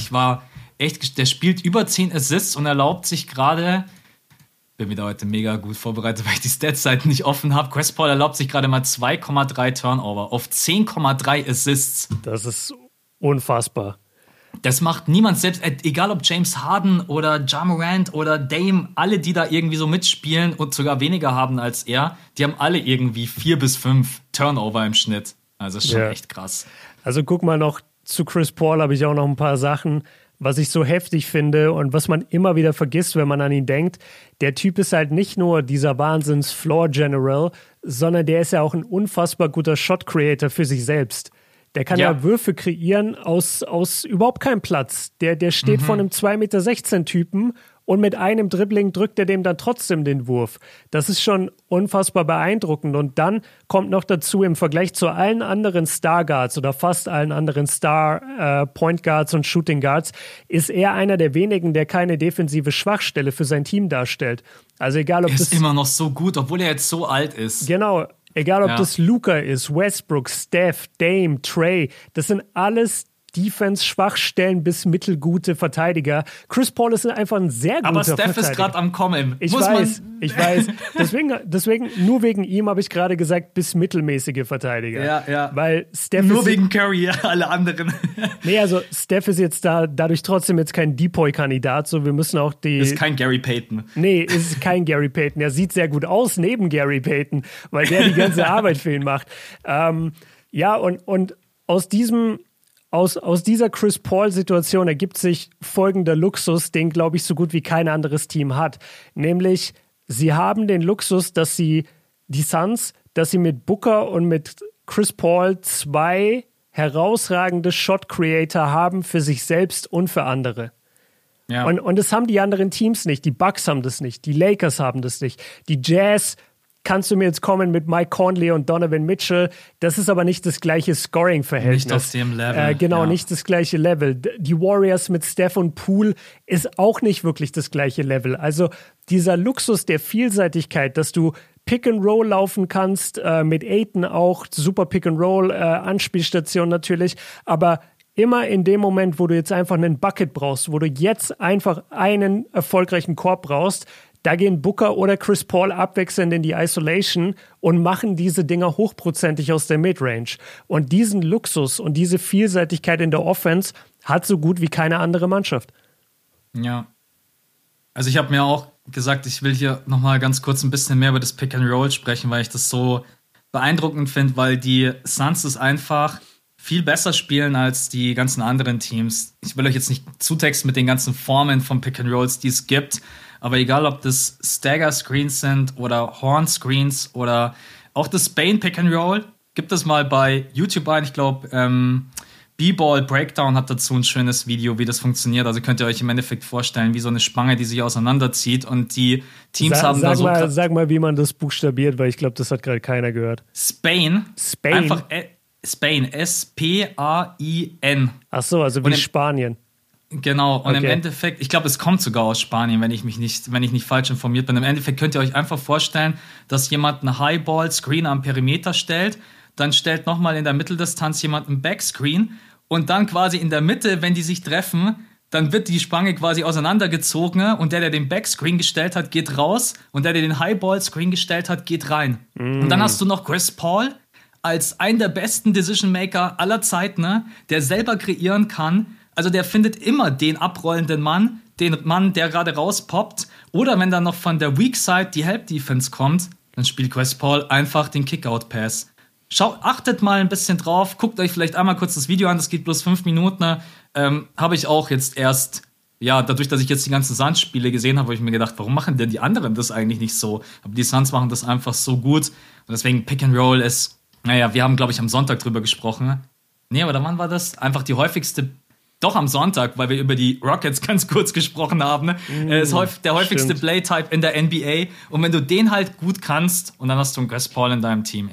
der spielt über 10 Assists und erlaubt sich gerade... Bin wieder heute mega gut vorbereitet, weil ich die Stats-Seiten nicht offen habe. Chris Paul erlaubt sich gerade mal 2,3 Turnover auf 10,3 Assists. Das ist unfassbar. Das macht niemand selbst, egal ob James Harden oder Ja Morant oder Dame, alle, die da irgendwie so mitspielen und sogar weniger haben als er, die haben alle irgendwie 4 bis 5 Turnover im Schnitt. Also ist schon echt krass. Also guck mal noch, zu Chris Paul habe ich auch noch ein paar Sachen. was ich so heftig finde und was man immer wieder vergisst, wenn man an ihn denkt, der Typ ist halt nicht nur dieser Wahnsinns-Floor-General, sondern der ist ja auch ein unfassbar guter Shot-Creator für sich selbst. Der kann ja Würfe kreieren aus überhaupt keinem Platz. Der steht vor einem 2,16 Meter Typen und mit einem Dribbling drückt er dem dann trotzdem den Wurf. Das ist schon unfassbar beeindruckend. Und dann kommt noch dazu, im Vergleich zu allen anderen Star Guards oder fast allen anderen Star Point Guards und Shooting Guards, ist er einer der wenigen, der keine defensive Schwachstelle für sein Team darstellt. Also egal, ob er ist immer noch so gut, obwohl er jetzt so alt ist. Genau. Egal, ob das Luka ist, Westbrook, Steph, Dame, Trey, das sind alles Defense-Schwachstellen bis mittelgute Verteidiger. Chris Paul ist einfach ein sehr guter Verteidiger. Aber Steph ist gerade am Kommen. Ich weiß. Deswegen, nur wegen ihm habe ich gerade gesagt, bis mittelmäßige Verteidiger. Ja. Weil Steph nur wegen Curry, alle anderen. Nee, also Steph ist jetzt dadurch trotzdem jetzt kein Depoy-Kandidat. So, wir müssen auch Ist kein Gary Payton. Nee, ist kein Gary Payton. Er sieht sehr gut aus neben Gary Payton, weil der die ganze Arbeit für ihn macht. Und aus dieser Chris Paul-Situation ergibt sich folgender Luxus, den, glaube ich, so gut wie kein anderes Team hat. Nämlich, sie haben den Luxus, dass die Suns mit Booker und mit Chris Paul zwei herausragende Shot-Creator haben für sich selbst und für andere. Ja. Und das haben die anderen Teams nicht. Die Bucks haben das nicht. Die Lakers haben das nicht. Die Jazz, kannst du mir jetzt kommen mit Mike Conley und Donovan Mitchell. Das ist aber nicht das gleiche Scoring-Verhältnis. Nicht auf dem Level. Nicht das gleiche Level. Die Warriors mit Steph und Poole ist auch nicht wirklich das gleiche Level. Also dieser Luxus der Vielseitigkeit, dass du Pick and Roll laufen kannst, mit Ayton auch, super Pick and Roll, Anspielstation natürlich, aber immer in dem Moment, wo du jetzt einfach einen Bucket brauchst, wo du jetzt einfach einen erfolgreichen Korb brauchst, da gehen Booker oder Chris Paul abwechselnd in die Isolation und machen diese Dinger hochprozentig aus der Midrange. Und diesen Luxus und diese Vielseitigkeit in der Offense hat so gut wie keine andere Mannschaft. Ja. Also ich habe mir auch gesagt, ich will hier nochmal ganz kurz ein bisschen mehr über das Pick and Roll sprechen, weil ich das so beeindruckend finde, weil die Suns es einfach viel besser spielen als die ganzen anderen Teams. Ich will euch jetzt nicht zutexten mit den ganzen Formen von Pick and Rolls, die es gibt, aber egal, ob das Stagger-Screens sind oder Horn-Screens oder auch das Spain-Pick-and-Roll, gibt es mal bei YouTube ein. Ich glaube, B-Ball Breakdown hat dazu ein schönes Video, wie das funktioniert. Also könnt ihr euch im Endeffekt vorstellen, wie so eine Spange, die sich auseinanderzieht. Und die Teams haben da so... Sag mal, wie man das buchstabiert, weil ich glaube, das hat gerade keiner gehört. Spain. Einfach Spain. S-P-A-I-N. Ach so, also wie Spanien. Genau, und im Endeffekt, ich glaube, es kommt sogar aus Spanien, wenn ich nicht falsch informiert bin. Im Endeffekt könnt ihr euch einfach vorstellen, dass jemand einen Highball-Screen am Perimeter stellt, dann stellt nochmal in der Mitteldistanz jemand einen Backscreen und dann quasi in der Mitte, wenn die sich treffen, dann wird die Spange quasi auseinandergezogen und der den Backscreen gestellt hat, geht raus und der den Highball-Screen gestellt hat, geht rein. Und dann hast du noch Chris Paul als einen der besten Decision-Maker aller Zeiten, ne, der selber kreieren kann. Also der findet immer den abrollenden Mann, den Mann, der gerade rauspoppt. Oder wenn dann noch von der Weak Side die Help-Defense kommt, dann spielt Chris Paul einfach den Kick-Out-Pass. Achtet mal ein bisschen drauf, guckt euch vielleicht einmal kurz das Video an, das geht bloß 5 Minuten. Habe ich auch jetzt erst, dadurch, dass ich jetzt die ganzen Suns-Spiele gesehen habe, habe ich mir gedacht, warum machen denn die anderen das eigentlich nicht so? Aber die Suns machen das einfach so gut. Und deswegen Pick and Roll ist, wir haben, glaube ich, am Sonntag drüber gesprochen. Nee, aber wann war das? Einfach die häufigste... Doch am Sonntag, weil wir über die Rockets ganz kurz gesprochen haben. Ist der häufigste Play-Type in der NBA. Und wenn du den halt gut kannst, und dann hast du einen Chris Paul in deinem Team,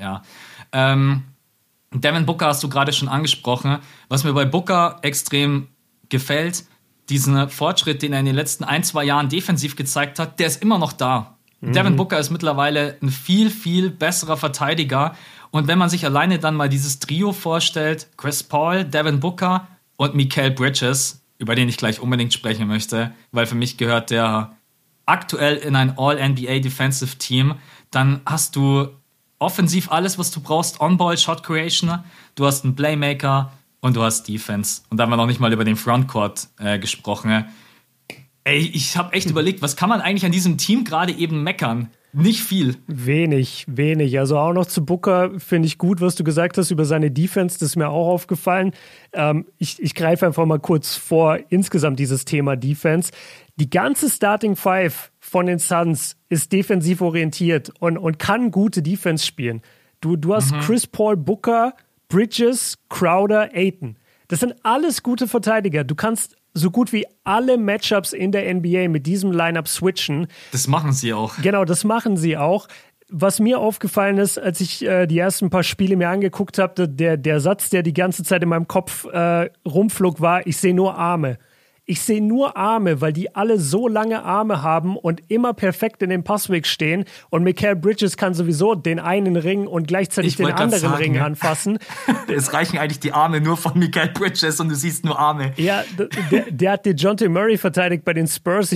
Devin Booker hast du gerade schon angesprochen. Was mir bei Booker extrem gefällt, diesen Fortschritt, den er in den letzten 1-2 Jahren defensiv gezeigt hat, der ist immer noch da. Devin Booker ist mittlerweile ein viel, viel besserer Verteidiger. Und wenn man sich alleine dann mal dieses Trio vorstellt, Chris Paul, Devin Booker und Mikal Bridges, über den ich gleich unbedingt sprechen möchte, weil für mich gehört der aktuell in ein All-NBA Defensive Team, dann hast du offensiv alles, was du brauchst, On-Ball, Shot Creation, du hast einen Playmaker und du hast Defense. Und da haben wir noch nicht mal über den Frontcourt gesprochen. Ey, ich habe echt überlegt, was kann man eigentlich an diesem Team gerade eben meckern? Nicht viel. Wenig. Also auch noch zu Booker finde ich gut, was du gesagt hast über seine Defense. Das ist mir auch aufgefallen. Ich greife einfach mal kurz vor, insgesamt dieses Thema Defense. Die ganze Starting Five von den Suns ist defensiv orientiert und kann gute Defense spielen. Du hast Chris Paul, Booker, Bridges, Crowder, Ayton. Das sind alles gute Verteidiger. Du kannst so gut wie alle Matchups in der NBA mit diesem Lineup switchen. Das machen sie auch. Genau, das machen sie auch. Was mir aufgefallen ist, als ich die ersten paar Spiele mir angeguckt habe, der Satz, der die ganze Zeit in meinem Kopf rumflog, war, ich sehe nur Arme. Ich sehe nur Arme, weil die alle so lange Arme haben und immer perfekt in dem Passweg stehen. Und Mikal Bridges kann sowieso den einen Ring und gleichzeitig den anderen Ring anfassen. Es reichen eigentlich die Arme nur von Mikal Bridges und du siehst nur Arme. Ja, der hat DeJounte Murray verteidigt bei den Spurs.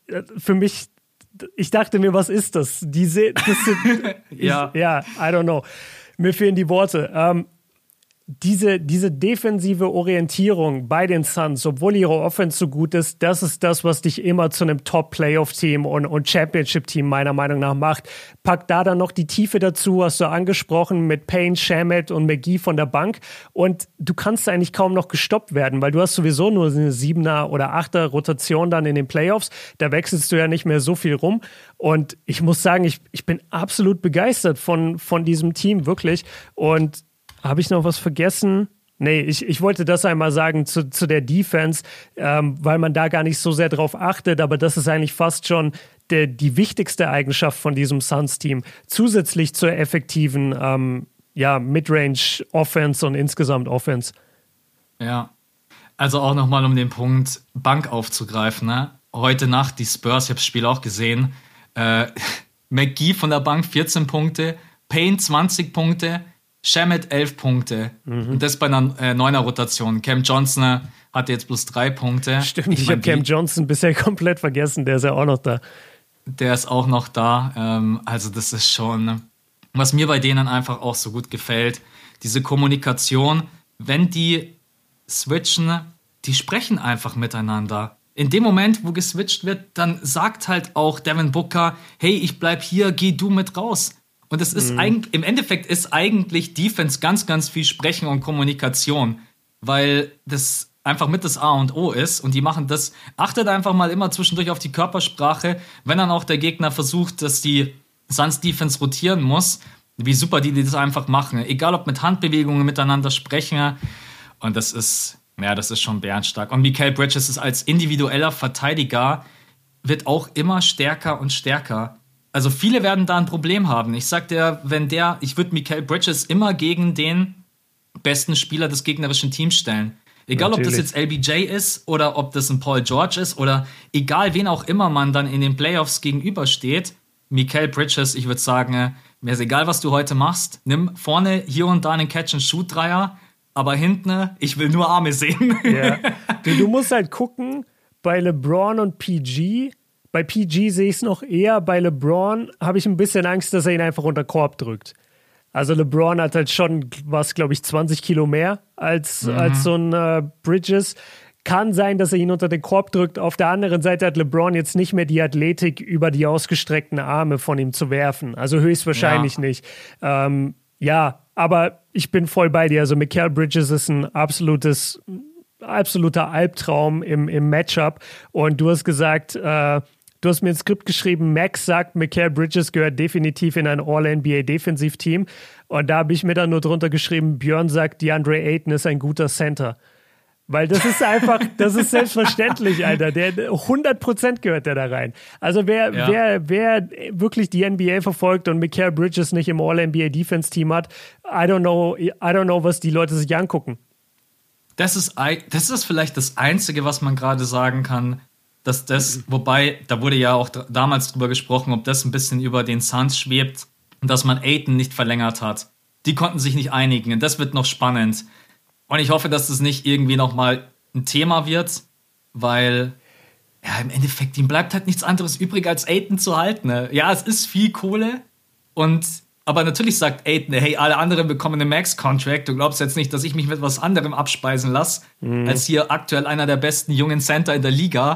Ich dachte mir, was ist das? Das sind, ja, I don't know. Mir fehlen die Worte. Diese defensive Orientierung bei den Suns, obwohl ihre Offense so gut ist, das ist das, was dich immer zu einem Top-Playoff-Team und Championship-Team meiner Meinung nach macht. Pack da dann noch die Tiefe dazu, hast du angesprochen, mit Payne, Shamet und McGee von der Bank. Und du kannst eigentlich kaum noch gestoppt werden, weil du hast sowieso nur eine 7er- oder 8er-Rotation dann in den Playoffs. Da wechselst du ja nicht mehr so viel rum. Und ich muss sagen, ich bin absolut begeistert von diesem Team, wirklich. Und habe ich noch was vergessen? Nee, ich wollte das einmal sagen zu der Defense, weil man da gar nicht so sehr drauf achtet, aber das ist eigentlich fast schon die wichtigste Eigenschaft von diesem Suns-Team, zusätzlich zur effektiven Midrange-Offense und insgesamt Offense. Ja, also auch nochmal um den Punkt Bank aufzugreifen. Ne? Heute Nacht die Spurs, ich habe das Spiel auch gesehen, McGee von der Bank 14 Punkte, Payne 20 Punkte, Shamet 11 Punkte. Und das bei einer 9er-Rotation. Cam Johnson hatte jetzt plus 3 Punkte. Stimmt, ich habe Cam Johnson bisher komplett vergessen. Der ist ja auch noch da. Der ist auch noch da. Also das ist schon, was mir bei denen einfach auch so gut gefällt. Diese Kommunikation, wenn die switchen, die sprechen einfach miteinander. In dem Moment, wo geswitcht wird, dann sagt halt auch Devin Booker, hey, ich bleib hier, geh du mit raus. Und das ist im Endeffekt ist eigentlich Defense ganz, ganz viel Sprechen und Kommunikation, weil das einfach mit das A und O ist und die machen das. Achtet einfach mal immer zwischendurch auf die Körpersprache, wenn dann auch der Gegner versucht, dass die Suns Defense rotieren muss, wie super die das einfach machen. Egal ob mit Handbewegungen miteinander sprechen. Und das ist schon bärenstark. Und Mikal Bridges ist als individueller Verteidiger, wird auch immer stärker und stärker. Also viele werden da ein Problem haben. Ich sag dir, ich würde Mikal Bridges immer gegen den besten Spieler des gegnerischen Teams stellen. Egal, Natürlich. Ob das jetzt LBJ ist oder ob das ein Paul George ist oder egal, wen auch immer man dann in den Playoffs gegenübersteht. Mikal Bridges, ich würde sagen, mir ist egal, was du heute machst. Nimm vorne hier und da einen Catch-and-Shoot-Dreier, aber hinten, ich will nur Arme sehen. Ja. Du musst halt gucken, bei LeBron und PG. Bei PG sehe ich es noch eher. Bei LeBron habe ich ein bisschen Angst, dass er ihn einfach unter Korb drückt. Also LeBron hat halt schon, glaube ich, 20 Kilo mehr als so ein Bridges. Kann sein, dass er ihn unter den Korb drückt. Auf der anderen Seite hat LeBron jetzt nicht mehr die Athletik, über die ausgestreckten Arme von ihm zu werfen. Also höchstwahrscheinlich nicht. Aber ich bin voll bei dir. Also Mikal Bridges ist ein absoluter Albtraum im Matchup. Und du hast gesagt, du hast mir ein Skript geschrieben, Max sagt, Mikal Bridges gehört definitiv in ein All-NBA-Defensivteam. Und da habe ich mir dann nur drunter geschrieben, Björn sagt, DeAndre Ayton ist ein guter Center. Weil das ist einfach, das ist selbstverständlich, Alter. Der 100% gehört der da rein. Also wer wirklich die NBA verfolgt und Mikal Bridges nicht im All-NBA-Defense-Team hat, I don't know, was die Leute sich angucken. Das ist vielleicht das Einzige, was man gerade sagen kann, dass das, wobei, da wurde ja auch damals drüber gesprochen, ob das ein bisschen über den Suns schwebt und dass man Ayton nicht verlängert hat. Die konnten sich nicht einigen und das wird noch spannend. Und ich hoffe, dass das nicht irgendwie nochmal ein Thema wird, weil im Endeffekt, ihm bleibt halt nichts anderes übrig, als Ayton zu halten. Ne? Ja, es ist viel Kohle aber natürlich sagt Ayton, hey, alle anderen bekommen einen Max-Contract. Du glaubst jetzt nicht, dass ich mich mit was anderem abspeisen lasse, als hier aktuell einer der besten jungen Center in der Liga.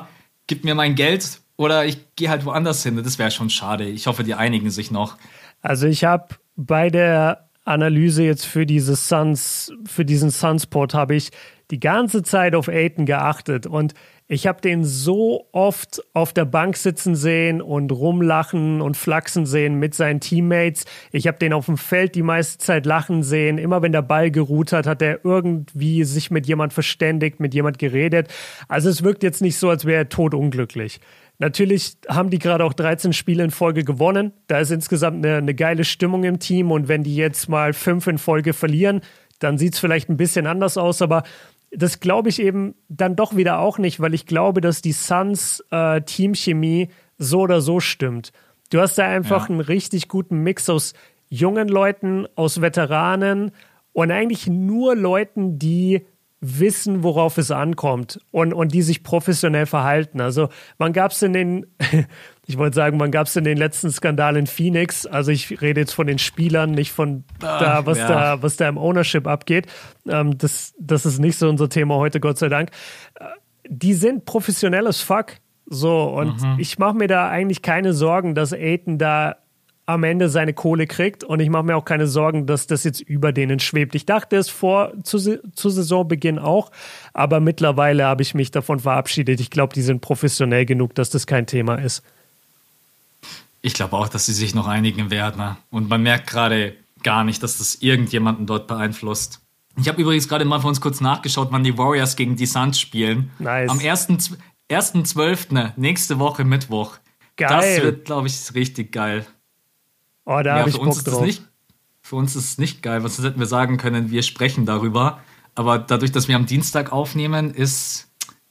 gib mir mein Geld oder ich gehe halt woanders hin. Das wäre schon schade. Ich hoffe, die einigen sich noch. Also ich habe bei der Analyse jetzt für diesen Sunspot habe ich die ganze Zeit auf Ayton geachtet und ich habe den so oft auf der Bank sitzen sehen und rumlachen und flachsen sehen mit seinen Teammates. Ich habe den auf dem Feld die meiste Zeit lachen sehen. Immer wenn der Ball geruht hat, hat er irgendwie sich mit jemand verständigt, mit jemand geredet. Also es wirkt jetzt nicht so, als wäre er todunglücklich. Natürlich haben die gerade auch 13 Spiele in Folge gewonnen. Da ist insgesamt eine geile Stimmung im Team. Und wenn die jetzt mal 5 in Folge verlieren, dann sieht es vielleicht ein bisschen anders aus. Aber das glaube ich eben dann doch wieder auch nicht, weil ich glaube, dass die Suns Teamchemie so oder so stimmt. Du hast da einfach einen richtig guten Mix aus jungen Leuten, aus Veteranen und eigentlich nur Leuten, die wissen, worauf es ankommt und die sich professionell verhalten. Also wann gab es denn wann gab es denn den letzten Skandal in Phoenix? Also ich rede jetzt von den Spielern, nicht von was da im Ownership abgeht. Das ist nicht so unser Thema heute, Gott sei Dank. Die sind professionell as fuck. So, und ich mache mir da eigentlich keine Sorgen, dass Ayton da am Ende seine Kohle kriegt und ich mache mir auch keine Sorgen, dass das jetzt über denen schwebt. Ich dachte es zu Saisonbeginn auch, aber mittlerweile habe ich mich davon verabschiedet. Ich glaube, die sind professionell genug, dass das kein Thema ist. Ich glaube auch, dass sie sich noch einigen werden. Ne? Und man merkt gerade gar nicht, dass das irgendjemanden dort beeinflusst. Ich habe übrigens gerade mal für uns kurz nachgeschaut, wann die Warriors gegen die Suns spielen. Nice. Am 1.12. nächste Woche Mittwoch. Geil. Das wird, glaube ich, richtig geil. Oh, da habe ich Bock drauf. Für uns ist es nicht geil, was hätten wir sagen können, wir sprechen darüber. Aber dadurch, dass wir am Dienstag aufnehmen, ist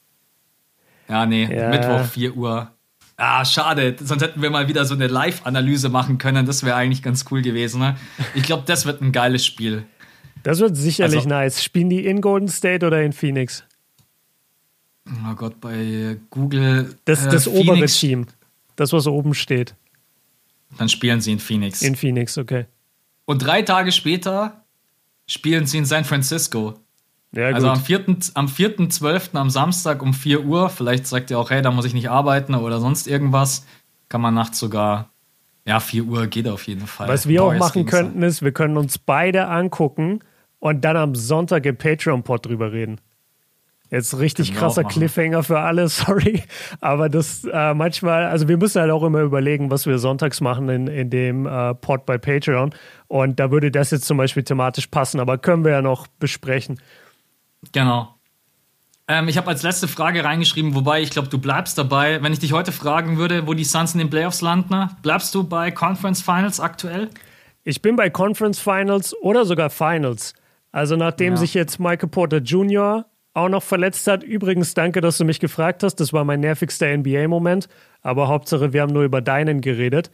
Mittwoch 4 Uhr. Schade, sonst hätten wir mal wieder so eine Live-Analyse machen können. Das wäre eigentlich ganz cool gewesen. Ne? Ich glaube, das wird ein geiles Spiel. Das wird sicherlich nice. Spielen die in Golden State oder in Phoenix? Oh Gott, bei Google. Das obere Team. Das, was oben steht. Dann spielen sie in Phoenix. In Phoenix, okay. Und 3 Tage später spielen sie in San Francisco. Ja, gut. Also am 4.12. am Samstag um 4 Uhr. Vielleicht sagt ihr auch, hey, da muss ich nicht arbeiten oder sonst irgendwas. Kann man nachts sogar, 4 Uhr geht auf jeden Fall. Was wir auch machen könnten, ist, wir können uns beide angucken und dann am Sonntag im Patreon-Pod drüber reden. Jetzt richtig krasser Cliffhanger für alle, sorry. Aber das manchmal, also wir müssen halt auch immer überlegen, was wir sonntags machen in dem Pod bei Patreon. Und da würde das jetzt zum Beispiel thematisch passen, aber können wir ja noch besprechen. Genau. Ich habe als letzte Frage reingeschrieben, wobei ich glaube, du bleibst dabei. Wenn ich dich heute fragen würde, wo die Suns in den Playoffs landen, bleibst du bei Conference Finals aktuell? Ich bin bei Conference Finals oder sogar Finals. Also nachdem sich jetzt Michael Porter Jr. auch noch verletzt hat. Übrigens, danke, dass du mich gefragt hast. Das war mein nervigster NBA-Moment. Aber Hauptsache, wir haben nur über deinen geredet.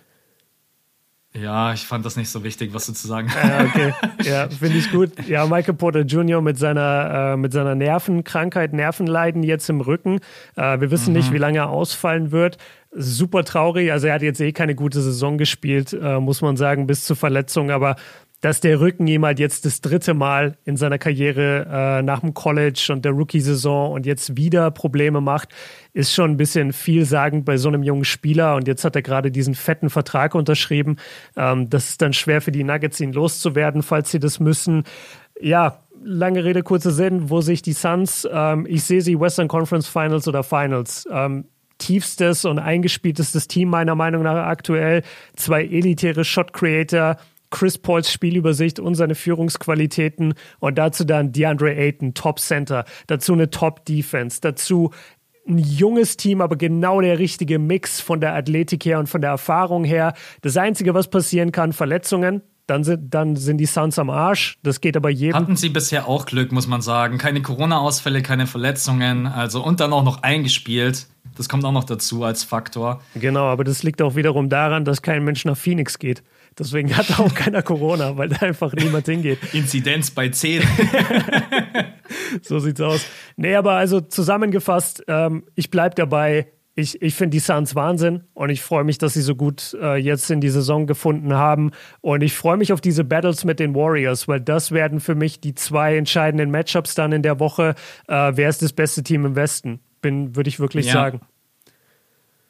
Ja, ich fand das nicht so wichtig, was du zu sagen hast. Okay. Ja, finde ich gut. Ja, Michael Porter Jr. mit seiner Nervenkrankheit, Nervenleiden jetzt im Rücken. Wir wissen nicht, wie lange er ausfallen wird. Super traurig. Also er hat jetzt keine gute Saison gespielt, muss man sagen, bis zur Verletzung. Aber dass der Rücken ihm halt jetzt das 3. Mal in seiner Karriere nach dem College und der Rookie-Saison und jetzt wieder Probleme macht, ist schon ein bisschen vielsagend bei so einem jungen Spieler. Und jetzt hat er gerade diesen fetten Vertrag unterschrieben. Das ist dann schwer für die Nuggets, ihn loszuwerden, falls sie das müssen. Ja, lange Rede, kurzer Sinn. Wo sehe ich die Suns? Ich sehe sie Western Conference Finals oder Finals. Tiefstes und eingespieltestes Team meiner Meinung nach aktuell. 2 elitäre Shot-Creator, Chris Pauls Spielübersicht und seine Führungsqualitäten und dazu dann DeAndre Ayton, Top-Center, dazu eine Top-Defense, dazu ein junges Team, aber genau der richtige Mix von der Athletik her und von der Erfahrung her. Das Einzige, was passieren kann, Verletzungen. Dann sind die Suns am Arsch. Das geht aber jedem. Hatten sie bisher auch Glück, muss man sagen. Keine Corona-Ausfälle, keine Verletzungen. Also und dann auch noch eingespielt. Das kommt auch noch dazu als Faktor. Genau, aber das liegt auch wiederum daran, dass kein Mensch nach Phoenix geht. Deswegen hat auch keiner Corona, weil da einfach niemand hingeht. Inzidenz bei 10. So sieht's aus. Nee, aber also zusammengefasst, ich bleib dabei. Ich finde die Suns Wahnsinn und ich freue mich, dass sie so gut jetzt in die Saison gefunden haben. Und ich freue mich auf diese Battles mit den Warriors, weil das werden für mich die 2 entscheidenden Matchups dann in der Woche. Wer ist das beste Team im Westen? Würde ich wirklich sagen.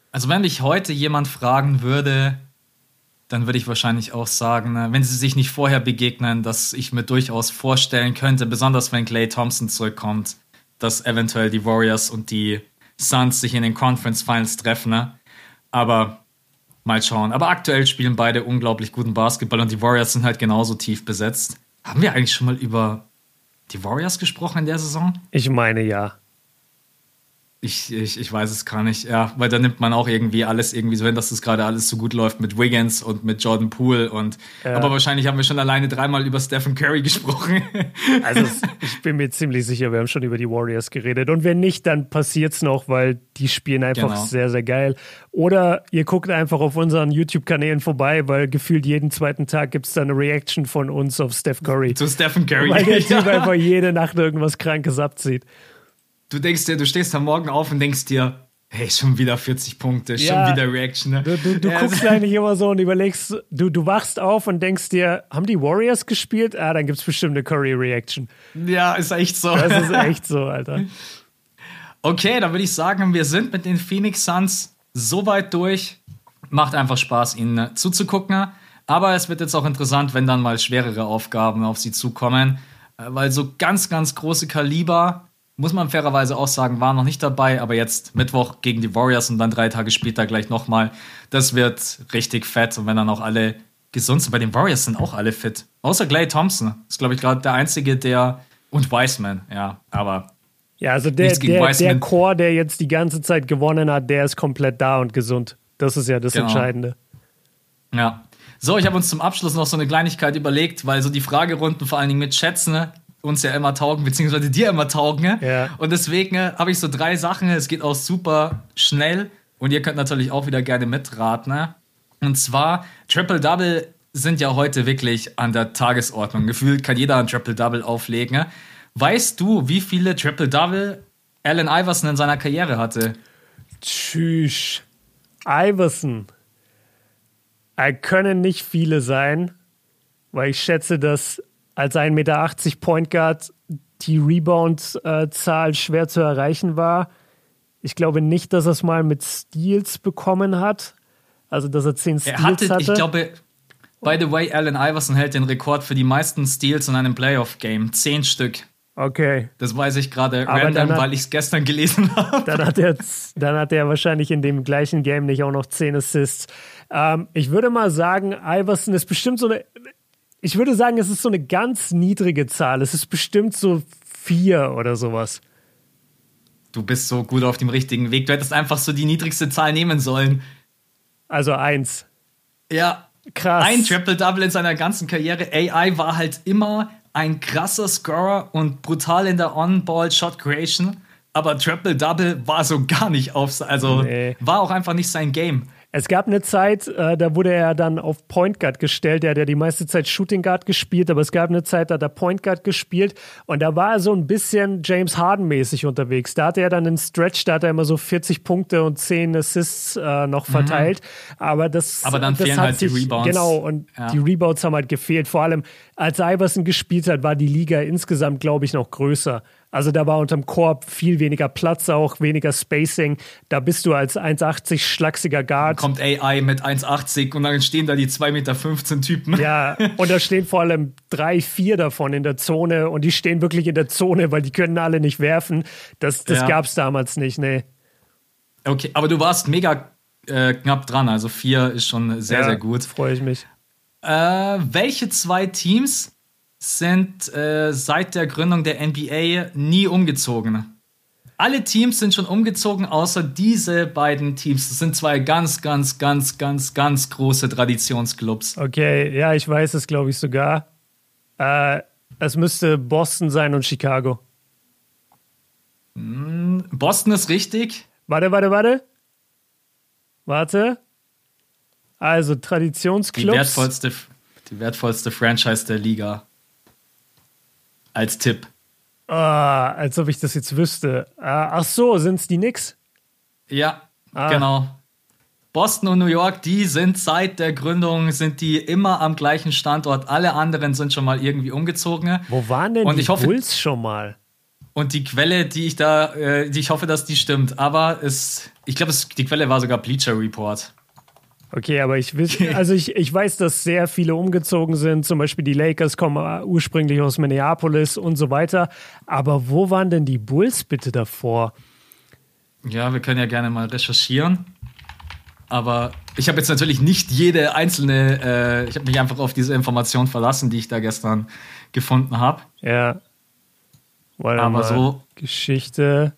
Also wenn mich heute jemand fragen würde, dann würde ich wahrscheinlich auch sagen, wenn sie sich nicht vorher begegnen, dass ich mir durchaus vorstellen könnte, besonders wenn Klay Thompson zurückkommt, dass eventuell die Warriors und die Suns sich in den Conference Finals treffen. Ne? Aber mal schauen. Aber aktuell spielen beide unglaublich guten Basketball und die Warriors sind halt genauso tief besetzt. Haben wir eigentlich schon mal über die Warriors gesprochen in der Saison? Ich meine, ja. Ich weiß es gar nicht, ja, weil da nimmt man auch irgendwie alles irgendwie so hin, dass das gerade alles so gut läuft mit Wiggins und mit Jordan Poole aber wahrscheinlich haben wir schon alleine 3-mal über Stephen Curry gesprochen. Also ich bin mir ziemlich sicher, wir haben schon über die Warriors geredet und wenn nicht, dann passiert's noch, weil die spielen einfach sehr, sehr geil. Oder ihr guckt einfach auf unseren YouTube-Kanälen vorbei, weil gefühlt jeden zweiten Tag gibt's da eine Reaction von uns auf Steph Curry. Zu Stephen Curry. Weil der Typ einfach jede Nacht irgendwas Krankes abzieht. Du denkst dir, du stehst am Morgen auf und denkst dir, hey, schon wieder 40 Punkte, schon wieder Reaction. Ne? Du guckst eigentlich immer so und überlegst, du wachst auf und denkst dir, haben die Warriors gespielt? Ah, dann gibt's bestimmt eine Curry-Reaction. Ja, ist echt so. Das ist echt so, Alter. Okay, dann würde ich sagen, wir sind mit den Phoenix Suns so weit durch. Macht einfach Spaß, ihnen zuzugucken. Aber es wird jetzt auch interessant, wenn dann mal schwerere Aufgaben auf sie zukommen. Weil so ganz, ganz große Kaliber, muss man fairerweise auch sagen, war noch nicht dabei, aber jetzt Mittwoch gegen die Warriors und dann 3 Tage später gleich nochmal. Das wird richtig fett und wenn dann auch alle gesund sind. Bei den Warriors sind auch alle fit. Außer Klay Thompson. Ist, glaube ich, gerade der Einzige, und Wiseman, ja, aber. Ja, also der Core, der jetzt die ganze Zeit gewonnen hat, der ist komplett da und gesund. Das ist ja das Entscheidende. Ja. So, ich habe uns zum Abschluss noch so eine Kleinigkeit überlegt, weil so die Fragerunden vor allen Dingen mit Schätzen, uns ja immer taugen, beziehungsweise dir immer taugen. Ja. Und deswegen habe ich so 3 Sachen. Es geht auch super schnell. Und ihr könnt natürlich auch wieder gerne mitraten. Ne? Und zwar, Triple-Double sind ja heute wirklich an der Tagesordnung. Gefühlt kann jeder ein Triple-Double auflegen. Ne? Weißt du, wie viele Triple-Double Allen Iverson in seiner Karriere hatte? Tschüss. Iverson. Können nicht viele sein, weil ich schätze, dass als 1,80 Meter Point Guard die Rebound-Zahl schwer zu erreichen war. Ich glaube nicht, dass er es mal mit Steals bekommen hat. Also, dass er 10 Steals hatte. Ich glaube, by the way, Allen Iverson hält den Rekord für die meisten Steals in einem Playoff-Game. 10 Stück. Okay. Das weiß ich gerade random, weil ich es gestern gelesen habe. Dann hat er wahrscheinlich in dem gleichen Game nicht auch noch 10 Assists. Ich würde mal sagen, Iverson ist bestimmt so eine... Ich würde sagen, es ist so eine ganz niedrige Zahl. Es ist bestimmt so 4 oder sowas. Du bist so gut auf dem richtigen Weg. Du hättest einfach so die niedrigste Zahl nehmen sollen. Also 1. Ja. Krass. Ein Triple-Double in seiner ganzen Karriere. AI war halt immer ein krasser Scorer und brutal in der On-Ball-Shot-Creation. Aber Triple-Double war so gar nicht war auch einfach nicht sein Game. Es gab eine Zeit, da wurde er dann auf Point Guard gestellt. Er hat ja die meiste Zeit Shooting Guard gespielt, aber es gab eine Zeit, da hat er Point Guard gespielt und da war er so ein bisschen James Harden-mäßig unterwegs. Da hatte er dann einen Stretch, da hat er immer so 40 Punkte und 10 Assists noch verteilt. Aber dann fehlen halt die Rebounds. Genau, und die Rebounds haben halt gefehlt. Vor allem, als Iverson gespielt hat, war die Liga insgesamt, glaube ich, noch größer. Also da war unterm Korb viel weniger Platz, auch weniger Spacing. Da bist du als 1,80 schlachsiger Guard. Dann kommt AI mit 1,80 und dann stehen da die 2,15 Meter Typen. Ja, und da stehen vor allem 3, 4 davon in der Zone und die stehen wirklich in der Zone, weil die können alle nicht werfen. Das gab's damals nicht, nee. Okay, aber du warst mega knapp dran, also 4 ist schon sehr, sehr gut. Freue ich mich. Welche 2 Teams sind seit der Gründung der NBA nie umgezogen? Alle Teams sind schon umgezogen, außer diese beiden Teams. Das sind 2 ganz, ganz, ganz, ganz, ganz große Traditionsclubs. Okay, ja, ich weiß es, glaube ich, sogar. Es müsste Boston sein und Chicago. Boston ist richtig. Warte. Also, Traditionsclubs. Die wertvollste Franchise der Liga. Als Tipp. Als ob ich das jetzt wüsste. Ach so, sind's die Knicks? Ja, genau. Boston und New York, die sind seit der Gründung, sind die immer am gleichen Standort. Alle anderen sind schon mal irgendwie umgezogen. Wo waren denn die Bulls schon mal? Und die Quelle, die ich hoffe, dass die stimmt. Aber ich glaube, die Quelle war sogar Bleacher Report. Okay, aber ich weiß, dass sehr viele umgezogen sind. Zum Beispiel die Lakers kommen ursprünglich aus Minneapolis und so weiter. Aber wo waren denn die Bulls bitte davor? Ja, wir können ja gerne mal recherchieren. Aber ich habe jetzt natürlich nicht jede einzelne, ich habe mich einfach auf diese Information verlassen, die ich da gestern gefunden habe. Ja. Aber so. Geschichte.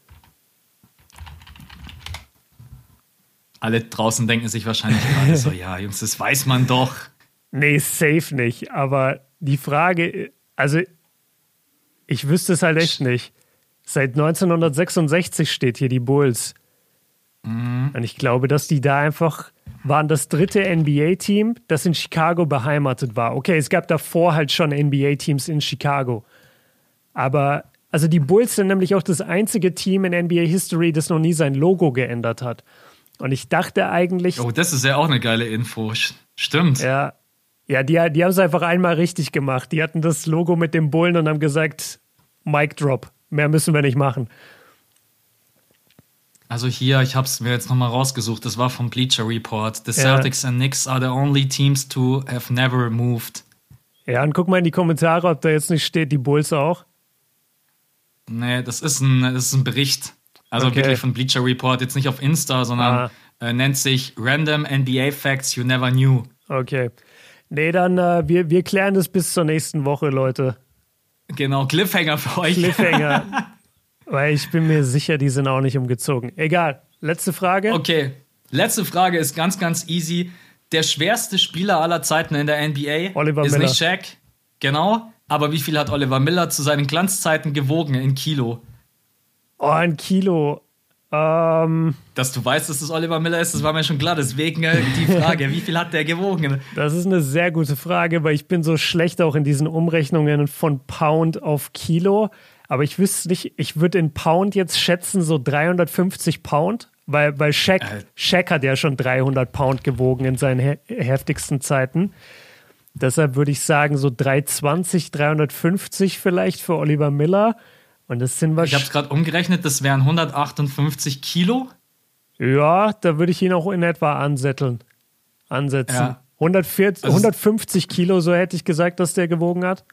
Alle draußen denken sich wahrscheinlich gerade so, ja, Jungs, das weiß man doch. Nee, safe nicht. Aber die Frage, also ich wüsste es halt echt nicht. Seit 1966 steht hier die Bulls. Und ich glaube, dass die da einfach waren das dritte NBA-Team, das in Chicago beheimatet war. Okay, es gab davor halt schon NBA-Teams in Chicago. Aber, also die Bulls sind nämlich auch das einzige Team in NBA-History, das noch nie sein Logo geändert hat. Und ich dachte eigentlich... Oh, das ist ja auch eine geile Info. Stimmt. Ja, die haben es einfach einmal richtig gemacht. Die hatten das Logo mit dem Bullen und haben gesagt, Mic Drop. Mehr müssen wir nicht machen. Also hier, ich habe es mir jetzt nochmal rausgesucht. Das war vom Bleacher Report. The Celtics and Knicks are the only teams to have never moved. Ja, und guck mal in die Kommentare, ob da jetzt nicht steht, die Bulls auch. Nee, das ist ein Bericht. Also wirklich von Bleacher Report, jetzt nicht auf Insta, sondern nennt sich Random NBA Facts You Never Knew. Okay. Nee, dann wir klären das bis zur nächsten Woche, Leute. Genau, Cliffhanger für euch. Cliffhanger. Weil ich bin mir sicher, die sind auch nicht umgezogen. Egal, letzte Frage. Okay, letzte Frage ist ganz, ganz easy. Der schwerste Spieler aller Zeiten in der NBA Oliver ist Miller. nicht Shaq. Genau, aber wie viel hat Oliver Miller zu seinen Glanzzeiten gewogen in Kilo? Oh, ein Kilo. Dass du weißt, dass das Oliver Miller ist, das war mir schon klar. Deswegen die Frage, wie viel hat der gewogen? Das ist eine sehr gute Frage, weil ich bin so schlecht auch in diesen Umrechnungen von Pound auf Kilo. Aber ich wüsste nicht, ich würde in Pound jetzt schätzen so 350 Pound, weil Shaq hat ja schon 300 Pound gewogen in seinen heftigsten Zeiten. Deshalb würde ich sagen so 320, 350 vielleicht für Oliver Miller. Und das sind ich habe es gerade umgerechnet, das wären 158 Kilo. Ja, da würde ich ihn auch in etwa ansetzen. Ja. 150 Kilo, so hätte ich gesagt, dass der gewogen hat.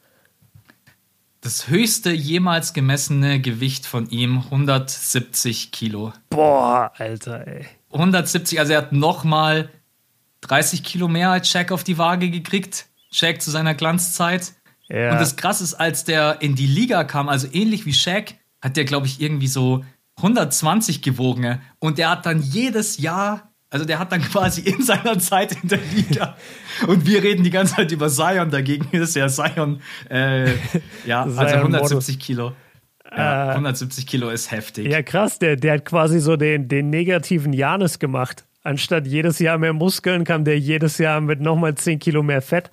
Das höchste jemals gemessene Gewicht von ihm, 170 Kilo. Boah, Alter, ey. 170, also er hat nochmal 30 Kilo mehr als Shaq auf die Waage gekriegt. Shaq zu seiner Glanzzeit. Ja. Und das Krasse ist, als der in die Liga kam, also ähnlich wie Shaq, hat der, glaube ich, irgendwie so 120 gewogen. Und der hat dann jedes Jahr, also der hat dann quasi in seiner Zeit in der Liga. Und wir reden die ganze Zeit über Zion, dagegen ist ja Zion, also 170 Kilo. Ja, 170 Kilo ist heftig. Ja, krass, der hat quasi so den negativen Giannis gemacht. Anstatt jedes Jahr mehr Muskeln, kam der jedes Jahr mit nochmal 10 Kilo mehr Fett.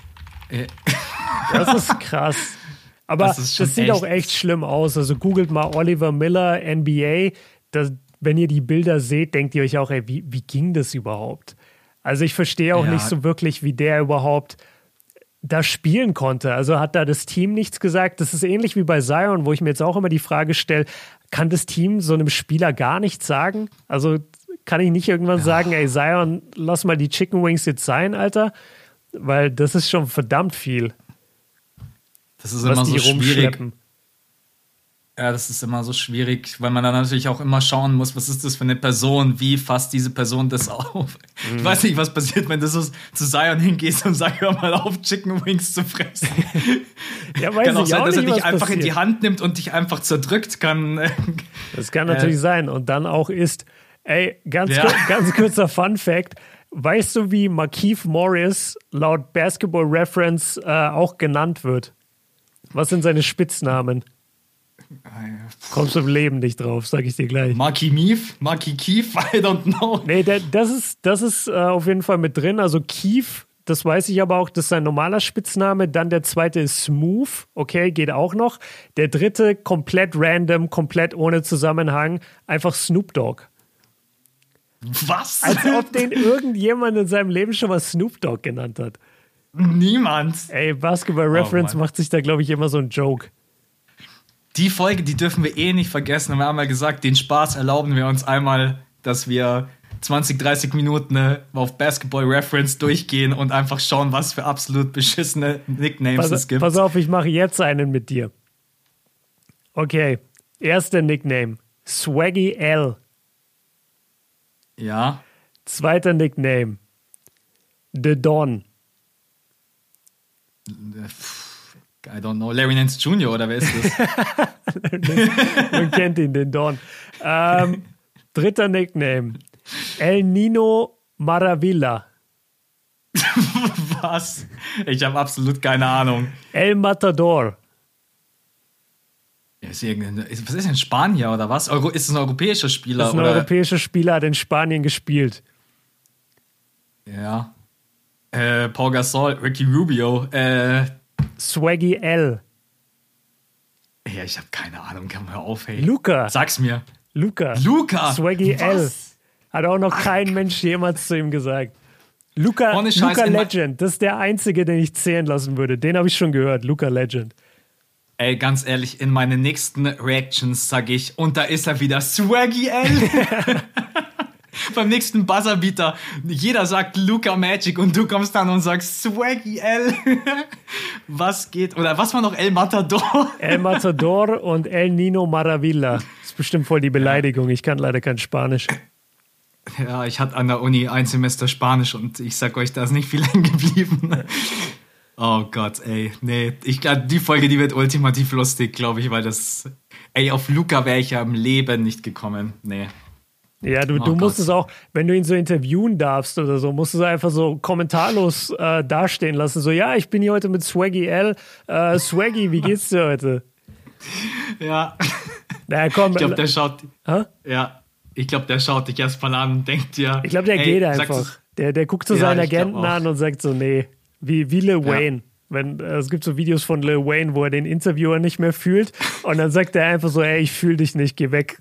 Das ist krass. Aber das sieht auch echt schlimm aus. Also googelt mal Oliver Miller, NBA. Wenn ihr die Bilder seht, denkt ihr euch auch, ey, wie ging das überhaupt? Also ich verstehe auch nicht so wirklich, wie der überhaupt da spielen konnte. Also hat da das Team nichts gesagt? Das ist ähnlich wie bei Zion, wo ich mir jetzt auch immer die Frage stelle, kann das Team so einem Spieler gar nichts sagen? Also kann ich nicht irgendwann sagen, ey Zion, lass mal die Chicken Wings jetzt sein, Alter? Weil das ist schon verdammt viel. Das ist immer so schwierig. Ja, das ist immer so schwierig, weil man dann natürlich auch immer schauen muss, was ist das für eine Person, wie fasst diese Person das auf. Ich weiß nicht, was passiert, wenn du so zu Zion hingehst und sagst, hör mal auf, Chicken Wings zu fressen. Ja, weiß kann auch sein, dass er dich einfach passiert. in die Hand nimmt und dich einfach zerdrückt. Das kann natürlich sein und dann auch isst. Ey, ganz kurzer Fun-Fact. Weißt du, wie Markieff Morris laut Basketball Reference auch genannt wird? Was sind seine Spitznamen? Kommst du im Leben nicht drauf, sag ich dir gleich. Marky Keef, I don't know. Nee, das ist auf jeden Fall mit drin. Also Keef, das weiß ich aber auch, das ist sein normaler Spitzname. Dann der zweite ist Smooth, okay, geht auch noch. Der dritte, komplett random, komplett ohne Zusammenhang, einfach Snoop Dogg. Was? Als ob den irgendjemand in seinem Leben schon mal Snoop Dogg genannt hat. Niemand. Ey, Basketball Reference macht sich da, glaube ich, immer so einen Joke. die Folge, die dürfen wir eh nicht vergessen. Und wir haben ja gesagt, den Spaß erlauben wir uns einmal, dass wir 20, 30 Minuten auf Basketball Reference durchgehen und einfach schauen, was für absolut beschissene Nicknames es gibt. Pass auf, ich mache jetzt einen mit dir. Okay, erster Nickname, Swaggy L. Ja. Zweiter Nickname, The Don. I don't know, Larry Nance Jr. oder wer ist das? Man kennt ihn, den Don. Dritter Nickname, El Nino Maravilla. Was? Ich habe absolut keine Ahnung. El Matador. Ja, was ist denn Spanier oder was? Ist es ein europäischer Spieler? Das ist ein europäischer Spieler, hat in Spanien gespielt. Ja. Paul Gasol, Ricky Rubio. Swaggy L. Ja, ich habe keine Ahnung. Hör auf, hey. Luca. Sag's mir. Luca. Swaggy L. Hat auch noch kein Mensch jemals zu ihm gesagt. Luca Legend. Das ist der einzige, den ich zählen lassen würde. Den habe ich schon gehört. Luca Legend. Ey, ganz ehrlich, in meinen nächsten Reactions sage ich, und da ist er wieder, Swaggy L. Beim nächsten Buzzerbeater, jeder sagt Luca Magic und du kommst dann und sagst Swaggy L. Was geht? Oder was war noch? El Matador? El Matador und El Nino Maravilla. Das ist bestimmt voll die Beleidigung. Ich kann leider kein Spanisch. Ja, ich hatte an der Uni ein Semester Spanisch und ich sag euch, da ist nicht viel hängen geblieben. Oh Gott, ey. Nee, ich glaube, die Folge, die wird ultimativ lustig, glaube ich, weil das... Ey, auf Luca wäre ich ja im Leben nicht gekommen. Nee. Ja, du musst es auch, wenn du ihn so interviewen darfst oder so, musst du es einfach so kommentarlos dastehen lassen. So, ja, ich bin hier heute mit Swaggy L. Swaggy, wie geht's dir heute? Ja. Na, komm. Ich glaube, der schaut... Ja, ich glaube, der schaut dich erstmal an und denkt dir... Ich glaube, der geht einfach. Der guckt so seinen Agenten an und sagt so, nee, wie Lil Wayne. Es gibt so Videos von Lil Wayne, wo er den Interviewer nicht mehr fühlt und dann sagt er einfach so, ey, ich fühle dich nicht, geh weg.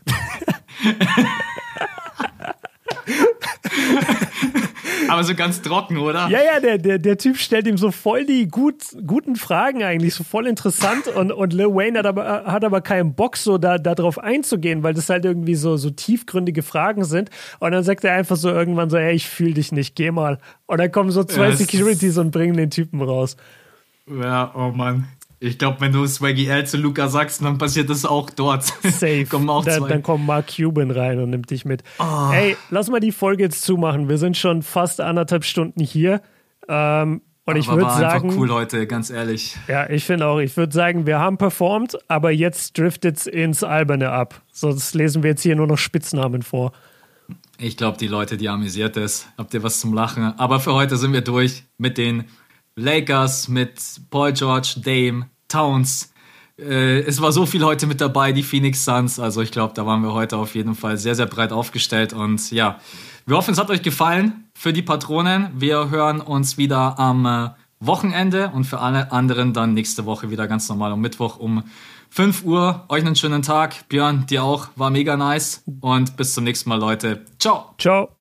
Aber so ganz trocken, oder? Ja, der Typ stellt ihm so voll die guten Fragen eigentlich, so voll interessant und Lil Wayne hat aber keinen Bock, so da drauf einzugehen, weil das halt irgendwie so tiefgründige Fragen sind und dann sagt er einfach so irgendwann so, hey, ich fühle dich nicht, geh mal. Und dann kommen so zwei Securities und bringen den Typen raus. Ja, oh Mann. Ich glaube, wenn du Swaggy L zu Luca sagst, dann passiert das auch dort. Safe. Dann kommt Mark Cuban rein und nimmt dich mit. Oh. Ey, lass mal die Folge jetzt zumachen. Wir sind schon fast 1,5 Stunden hier. Und ich würde sagen... einfach cool heute, ganz ehrlich. Ja, ich finde auch. Ich würde sagen, wir haben performt, aber jetzt driftet es ins Alberne ab. Sonst lesen wir jetzt hier nur noch Spitznamen vor. Ich glaube, die Leute, die amüsiert ist. Habt ihr was zum Lachen? Aber für heute sind wir durch mit den Lakers, mit Paul George, Dame, Towns. Es war so viel heute mit dabei, die Phoenix Suns. Also ich glaube, da waren wir heute auf jeden Fall sehr, sehr breit aufgestellt. Und ja, wir hoffen, es hat euch gefallen für die Patronen. Wir hören uns wieder am Wochenende und für alle anderen dann nächste Woche wieder ganz normal am Mittwoch um 5 Uhr. Euch einen schönen Tag. Björn, dir auch. War mega nice. Und bis zum nächsten Mal, Leute. Ciao. Ciao.